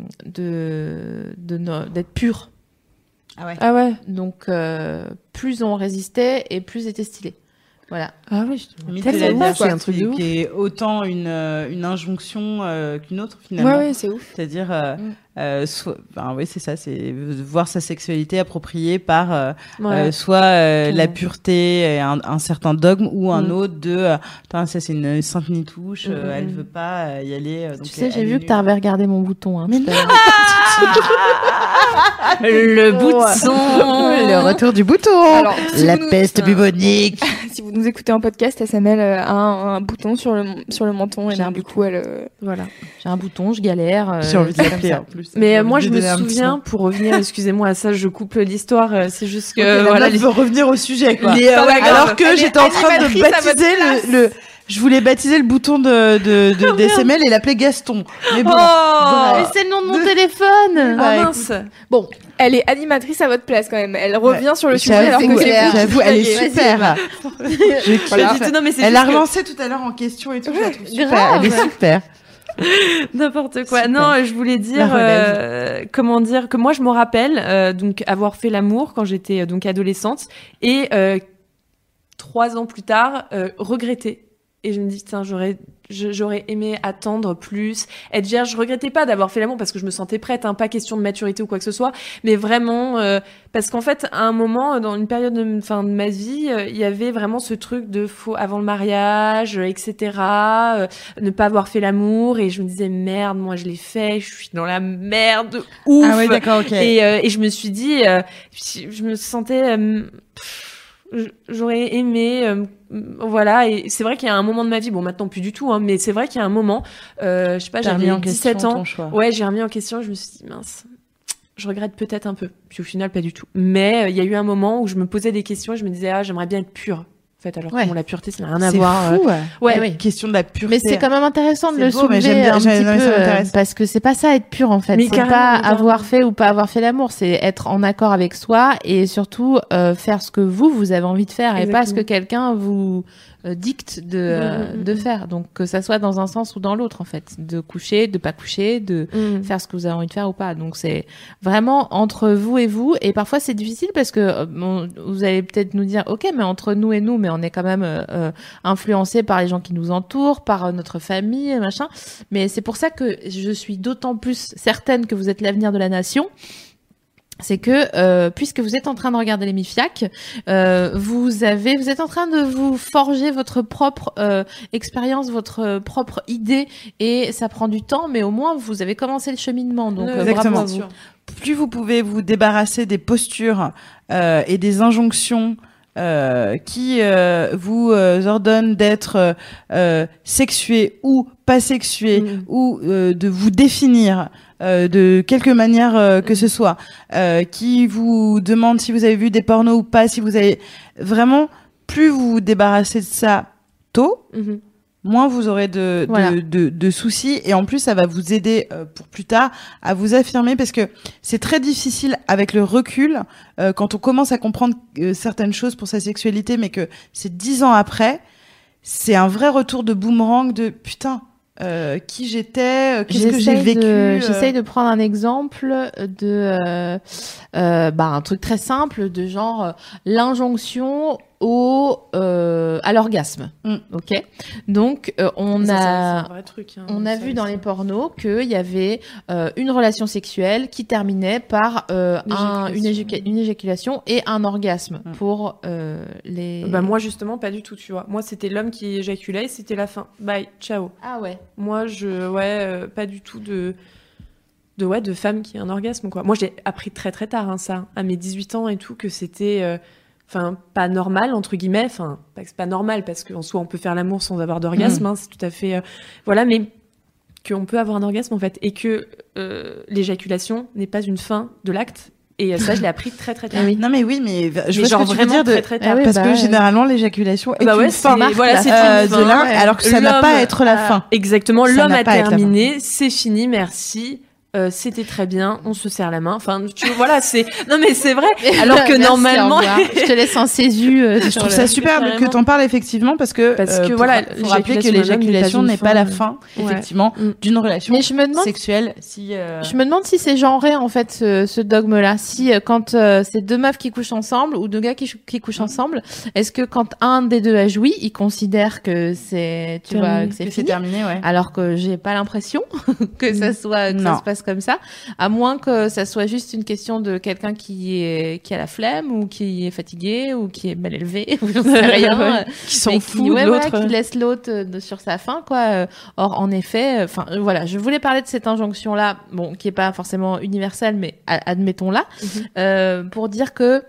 de, de ne, d'être pur. Ah ouais. Ah ouais. Donc, euh, plus on résistait et plus c'était stylé. Voilà. Ah oui, je c'est un truc qui, qui est autant une, une injonction euh, qu'une autre, finalement. Ouais, ouais, c'est ouf. C'est-à-dire, euh, mm. euh, soit, enfin, oui, c'est ça, c'est voir sa sexualité appropriée par euh, ouais. euh, soit euh, la pureté, et un, un certain dogme, ou un mm. autre de, euh, ça c'est une sainte nitouche, mm. euh, elle veut pas y aller. Donc tu sais, j'ai vu que t'avais regardé mon bouton. Hein, Mais non. Le bouton, le retour du bouton. Alors, si la nous... peste bubonique. Si vous nous écoutez en podcast, S M L a un, un bouton sur le sur le menton et donc, du coup elle euh, voilà. J'ai un bouton, je galère. Euh, J'ai envie de l'appeler en plus. Mais euh, moi je me souviens, pour revenir, excusez-moi à ça, je coupe l'histoire. Euh, c'est juste que okay, voilà, je veux revenir au sujet quoi. Les, euh, ouais, alors que j'étais en train de baptiser le, le Je voulais baptiser le bouton de, de, de, d'S M L et l'appeler Gaston. Mais bon. Oh, mais c'est le nom de mon téléphone. Ah ouais, mince. Bon, elle est animatrice à votre place quand même. Elle revient ouais. sur le sujet alors j'avoue, que c'est vous. J'avoue, elle est super. Je, voilà. tout, non, mais c'est elle a que... relancé tout à l'heure en question et tout. Ouais, super. Grave. Elle est super. N'importe quoi. Super. Non, je voulais dire, euh, comment dire, que moi je me rappelle euh, donc avoir fait l'amour quand j'étais euh, donc adolescente et euh, trois ans plus tard euh, regretter. Et je me dis, tiens, j'aurais, j'aurais aimé attendre plus, être vierge. Je regrettais pas d'avoir fait l'amour parce que je me sentais prête, hein, pas question de maturité ou quoi que ce soit, mais vraiment, euh, parce qu'en fait, à un moment, dans une période de, fin, de ma vie, il euh, y avait vraiment ce truc de faux avant le mariage, euh, et cetera, euh, ne pas avoir fait l'amour, et je me disais, merde, moi je l'ai fait, je suis dans la merde, ouf. Ah ouais, d'accord, ok. Et, euh, et je me suis dit, euh, je me sentais, euh, pff, j'aurais aimé euh, voilà, et c'est vrai qu'il y a un moment de ma vie, bon maintenant plus du tout, hein, mais c'est vrai qu'il y a un moment, euh, je sais pas, j'avais dix-sept ans, ouais, j'ai remis en question, je me suis dit mince, je regrette peut-être un peu, puis au final pas du tout, mais il euh, y a eu un moment où je me posais des questions et je me disais ah j'aimerais bien être pure. En fait, alors ouais. que bon, la pureté, ça n'a rien à c'est voir. Fou, euh... ouais, ouais, question de la pureté. Mais c'est quand même intéressant de c'est le beau, soulever bien, un petit non, peu, euh, parce que c'est pas ça être pur en fait. Mais c'est pas avoir fait ou pas avoir fait l'amour, c'est être en accord avec soi et surtout euh, faire ce que vous vous avez envie de faire. Exactement. Et pas ce que quelqu'un vous euh, dicte de euh, mmh, de faire. Donc que ça soit dans un sens ou dans l'autre en fait, de coucher, de pas coucher, de mmh. faire ce que vous avez envie de faire ou pas. Donc c'est vraiment entre vous et vous. Et parfois c'est difficile parce que bon, vous allez peut-être nous dire ok, mais entre nous et nous, mais on est quand même euh, Euh, influencé par les gens qui nous entourent, par euh, notre famille, machin. Mais c'est pour ça que je suis d'autant plus certaine que vous êtes l'avenir de la nation. C'est que euh, puisque vous êtes en train de regarder les MIFIAC, euh, vous avez, vous êtes en train de vous forger votre propre euh, expérience, votre propre idée, et ça prend du temps, mais au moins vous avez commencé le cheminement. Donc euh, exactement. Bravo à vous. Plus vous pouvez vous débarrasser des postures euh, et des injonctions Euh, qui euh, vous euh, ordonne d'être euh, sexué ou pas sexué mmh. ou euh, de vous définir euh, de quelque manière euh, que mmh. ce soit, euh, qui vous demande si vous avez vu des pornos ou pas, si vous avez vraiment, plus vous vous débarrassez de ça tôt, mmh. moins vous aurez de, voilà. de, de, de soucis, et en plus ça va vous aider euh, pour plus tard à vous affirmer, parce que c'est très difficile avec le recul euh, quand on commence à comprendre euh, certaines choses pour sa sexualité, mais que c'est dix ans après, c'est un vrai retour de boomerang de putain. Euh, qui j'étais, euh, qu'est-ce j'essaye que j'ai vécu. De, euh... J'essaye de prendre un exemple de, euh, euh, bah un truc très simple de genre euh, l'injonction au euh, à l'orgasme. Mm. Ok. Donc euh, on ça, a c'est, c'est un vrai truc, hein, on a ça, vu ça. dans les pornos qu'il y avait euh, une relation sexuelle qui terminait par euh, un, une, éjac- une éjaculation et un orgasme mm. pour euh, les. Bah moi justement pas du tout, tu vois. Moi c'était l'homme qui éjaculait et c'était la fin. Bye, ciao. Ah ouais. Moi je ouais euh, pas du tout de de ouais de femme qui a un orgasme quoi. Moi j'ai appris très très tard hein, ça à mes dix-huit ans et tout que c'était euh, enfin pas normal entre guillemets, enfin pas que c'est pas normal parce qu'en soi on peut faire l'amour sans avoir d'orgasme, mmh. hein, c'est tout à fait euh, voilà, mais qu'on peut avoir un orgasme en fait et que euh, l'éjaculation n'est pas une fin de l'acte. Et ça, je l'ai appris très très tard. Ah oui. Non mais oui, mais je mais vois genre ce que tu veux dire de... très, très tard. Ah oui, parce bah, que généralement l'éjaculation est bah ouais, une fin. C'est... Voilà, c'est euh, une fin. De l'un, ouais. Alors que ça n'a pas à être la fin. Exactement, ça l'homme a terminé, c'est fini, merci. Euh, c'était très bien, on se serre la main. Enfin, tu vois, voilà, c'est non mais c'est vrai. Alors que Merci, normalement, je te laisse en césu. Euh, je trouve ça super que t'en parles effectivement parce que parce que euh, voilà, faut rappeler que l'éjaculation n'est pas la fin, ouais. effectivement, mm. d'une relation mais je me demande, sexuelle. Si euh... je me demande si c'est genré en fait ce, ce dogme-là. Si euh, quand euh, c'est deux meufs qui couchent ensemble ou deux gars qui, qui couchent mm. ensemble, est-ce que quand un des deux a joui, il considère que c'est tu terminé, vois que c'est que fini, c'est terminé, ouais. Alors que j'ai pas l'impression que ça soit que non. ça se passe comme ça. À moins que ça soit juste une question de quelqu'un qui est qui a la flemme ou qui est fatigué ou qui est mal élevé ou j'en sais rien, ouais, qui s'en fout qui, ouais, de l'autre, voilà, qui laisse l'autre de, sur sa faim quoi. Or en effet, enfin euh, voilà, je voulais parler de cette injonction là, bon qui est pas forcément universelle, mais admettons la, mm-hmm. euh, pour dire que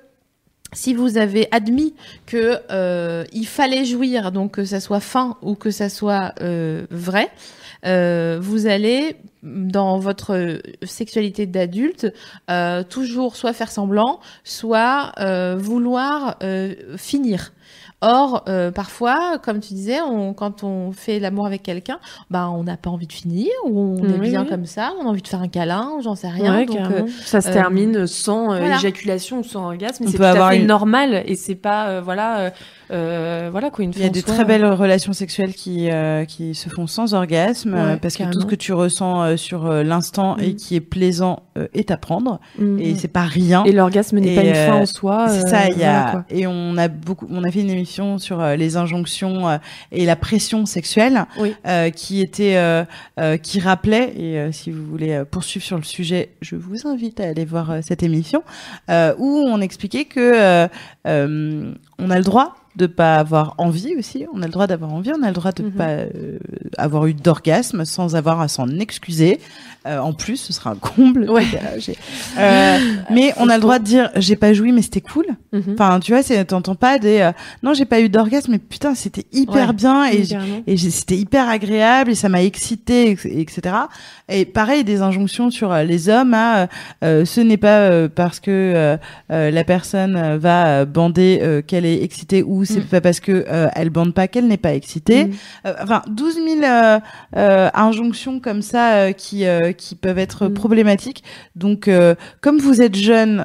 si vous avez admis que euh, il fallait jouir, donc que ça soit fin ou que ça soit euh, vrai. Euh, vous allez dans votre sexualité d'adulte euh, toujours soit faire semblant, soit euh, vouloir euh, finir. Or, euh, parfois, comme tu disais, on, quand on fait l'amour avec quelqu'un, bah, on n'a pas envie de finir, ou on oui, est bien oui. comme ça, on a envie de faire un câlin, ou j'en sais rien. Ouais, donc, euh, ça se euh, termine sans euh, voilà. éjaculation ou sans orgasme, on c'est tout à fait une... normal, et c'est pas, euh, voilà, euh, euh, voilà quoi, une Il y a des soit, très belles relations sexuelles qui, euh, qui se font sans orgasme, ouais, euh, parce carrément. que tout ce que tu ressens euh, sur euh, l'instant mmh. et qui est plaisant euh, est à prendre, mmh. et c'est pas rien. Et l'orgasme n'est et pas une euh, fin en soi. C'est ça, il y a, voilà, et on a beaucoup, on a fait une émission sur euh, les injonctions euh, et la pression sexuelle, oui. euh, qui était, euh, euh, qui rappelait, et euh, si vous voulez euh, poursuivre sur le sujet, je vous invite à aller voir euh, cette émission, euh, où on expliquait que euh, euh, on a le droit de pas avoir envie aussi, on a le droit d'avoir envie, on a le droit de mm-hmm. pas euh, avoir eu d'orgasme sans avoir à s'en excuser. Euh, en plus, ce sera un comble. Ouais. Euh, mais on a le droit de dire j'ai pas joui, mais c'était cool. Mm-hmm. Enfin, tu vois, c'est, t'entends pas des euh, non, j'ai pas eu d'orgasme, mais putain, c'était hyper ouais, bien et, et c'était hyper agréable et ça m'a excité, et cetera. Et pareil, des injonctions sur euh, les hommes. Hein, euh, ce n'est pas euh, parce que euh, euh, la personne va bander euh, qu'elle est excitée ou c'est mm. pas parce que euh, elle bande pas qu'elle n'est pas excitée. Mm. Euh, enfin, douze mille euh, euh, injonctions comme ça euh, qui euh, qui peuvent être mm. problématiques. Donc, euh, comme vous êtes jeune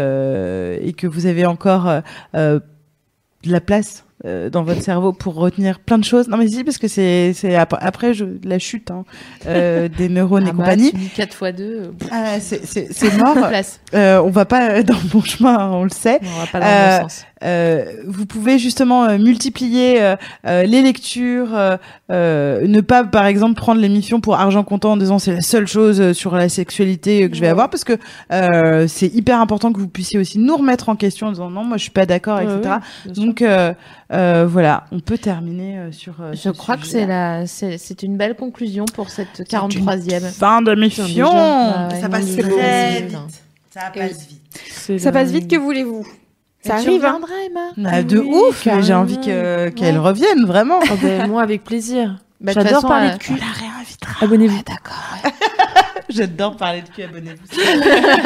euh, et que vous avez encore euh, euh, de la place euh, dans votre cerveau pour retenir plein de choses. Non mais si, parce que c'est c'est après je, la chute hein, euh, des neurones ah et bah, compagnie. quatre fois deux. Ah, c'est c'est c'est mort. euh, on va pas dans le bon chemin, on le sait. On va pas dans le euh, bon sens. Euh, vous pouvez justement euh, multiplier euh, euh, les lectures, euh, euh, ne pas par exemple prendre l'émission pour argent comptant en disant c'est la seule chose euh, sur la sexualité euh, que je vais ouais. avoir, parce que euh, c'est hyper important que vous puissiez aussi nous remettre en question en disant non moi je suis pas d'accord, ouais, et cetera. Ouais, donc euh, euh, voilà, on peut terminer euh, sur. Euh, je crois que c'est la c'est c'est une belle conclusion pour cette quarante-troisième fin d'émission. Ah ouais, ça passe très vite. Ça passe vite. C'est ça passe vite, que voulez-vous? Ça tu arrive, hein. Emma. Bah, de oui, ouf, carrément. J'ai envie que, qu'elle ouais. revienne, vraiment. Oh, ben, moi, avec plaisir. Bah, J'adore façon, parler euh, de cul. On la réinvitera. Abonnez-vous. Ouais, d'accord. Ouais. J'adore parler de cul, abonnez-vous. Elle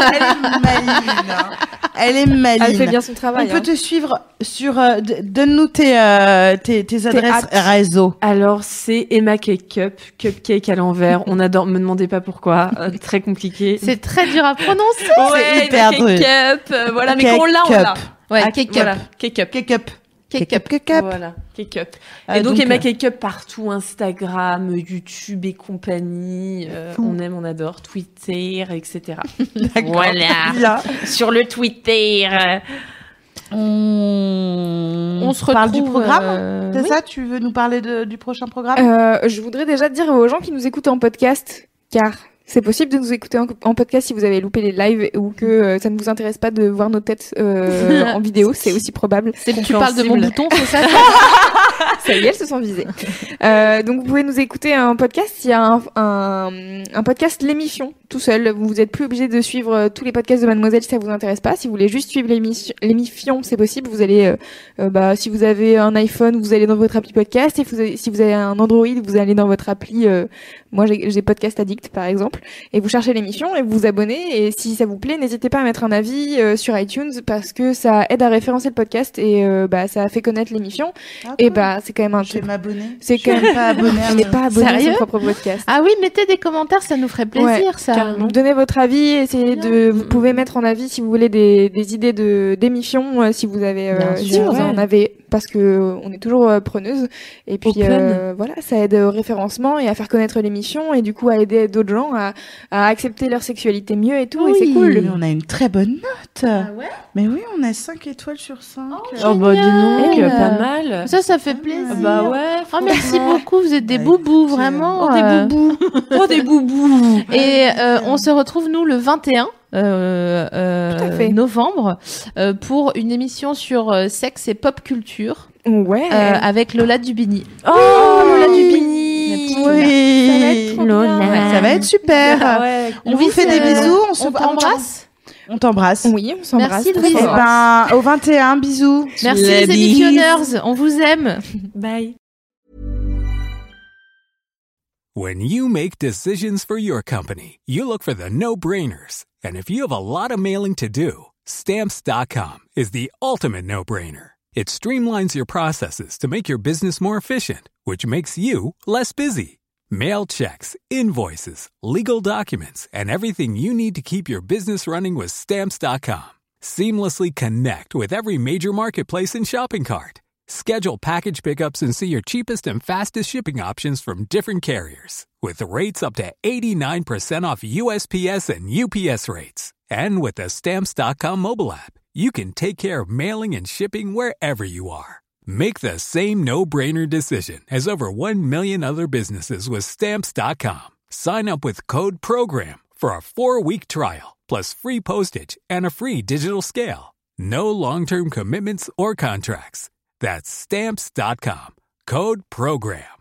est maligne. Hein. Elle est maligne. Elle fait bien son travail. On hein. peut te suivre sur... Euh, d- donne-nous tes, euh, tes, tes adresses réseau. Alors, c'est Emma Cake Cup, cupcake à l'envers. On adore, me demandez pas pourquoi. Euh, très compliqué. C'est très dur à prononcer. Ouais, c'est hyper dur. Cake Cup. Euh, voilà, mais quand on l'a, on l'a. Ouais, ah, Cake Cup. Voilà. Cake Cup. Cake Cup. Cake Cup. Cake Cup. Voilà, Cake Cup. Ah, et donc, donc Emma euh... Cake Cup partout, Instagram, YouTube et compagnie. Euh, on aime, on adore. Twitter, et cetera. Voilà. Bien. Sur le Twitter. On, on se parle retrouve du programme. Euh... C'est oui. ça? Tu veux nous parler de, du prochain programme? euh, Je voudrais déjà dire aux gens qui nous écoutent en podcast, car c'est possible de nous écouter en, en podcast si vous avez loupé les lives ou que euh, ça ne vous intéresse pas de voir nos têtes euh, en vidéo, c'est aussi probable. C'est tu parles de mon bouton, c'est ça? Ça y est, elles se sont visées. Euh, donc vous pouvez nous écouter en podcast. Il y a un, un, un podcast l'émission tout seul. Vous n'êtes plus obligé de suivre tous les podcasts de Mademoiselle si ça vous intéresse pas. Si vous voulez juste suivre l'émission, l'émission c'est possible. Vous allez, euh, euh, bah, si vous avez un iPhone, vous allez dans votre appli podcast. Et vous avez, si vous avez un Android, vous allez dans votre appli. Euh, moi, j'ai, j'ai Podcast Addict par exemple. Et vous cherchez l'émission et vous vous abonnez. Et si ça vous plaît, n'hésitez pas à mettre un avis euh, sur iTunes parce que ça aide à référencer le podcast et euh, bah ça fait connaître l'émission. Ah, et bah c'est quand même un je vais m'abonner. C'est quand même pas abonné. On n'est pas abonné à Sérieux son propre podcast. Ah oui, mettez des commentaires, ça nous ferait plaisir, ouais, ça. Carrément. Donnez votre avis, essayez de. Vous pouvez mettre en avis si vous voulez des, des idées de d'émissions, euh, si vous avez. Euh, si sûr, vous ouais. en avez, parce que euh, on est toujours euh, preneuse. Et puis euh, voilà, ça aide au référencement et à faire connaître l'émission et du coup à aider d'autres gens à, à accepter leur sexualité mieux et tout. Oui, et c'est cool. Mais on a une très bonne note. Ah ouais. Mais oui, on a cinq étoiles sur cinq. Oh, oh bah dis donc, euh, pas mal. Ça, ça fait plaisir. Bah ouais. Oh, merci beaucoup, vous êtes des ouais, boubous, vraiment. Oh, des boubous. Oh, des boubous. Et euh, on se retrouve, nous, le vingt et un euh, euh, novembre euh, pour une émission sur euh, sexe et pop culture. Ouais. Euh, avec Lola Dubini. Oh, oh Lola Dubini. Oui. Ça va être trop Lola. bien. Ouais, ça va être super. Ah ouais. On, on vous fait des bisous. On, se on t'embrasse. On t'embrasse. Oui, on s'embrasse. Merci Louise. Eh ben, au vingt et un, bisous. Merci les, les émissionneurs, on vous aime. Bye. When you make decisions for your company, you look for the no-brainers. And if you have a lot of mailing to do, Stamps dot com is the ultimate no-brainer. It streamlines your processes to make your business more efficient, which makes you less busy. Mail checks, invoices, legal documents, and everything you need to keep your business running with Stamps dot com. Seamlessly connect with every major marketplace and shopping cart. Schedule package pickups and see your cheapest and fastest shipping options from different carriers, with rates up to eighty-nine percent off U S P S and U P S rates. And with the Stamps dot com mobile app, you can take care of mailing and shipping wherever you are. Make the same no-brainer decision as over one million other businesses with Stamps dot com. Sign up with code PROGRAM for a four-week trial, plus free postage and a free digital scale. No long-term commitments or contracts. That's Stamps dot com. Code PROGRAM.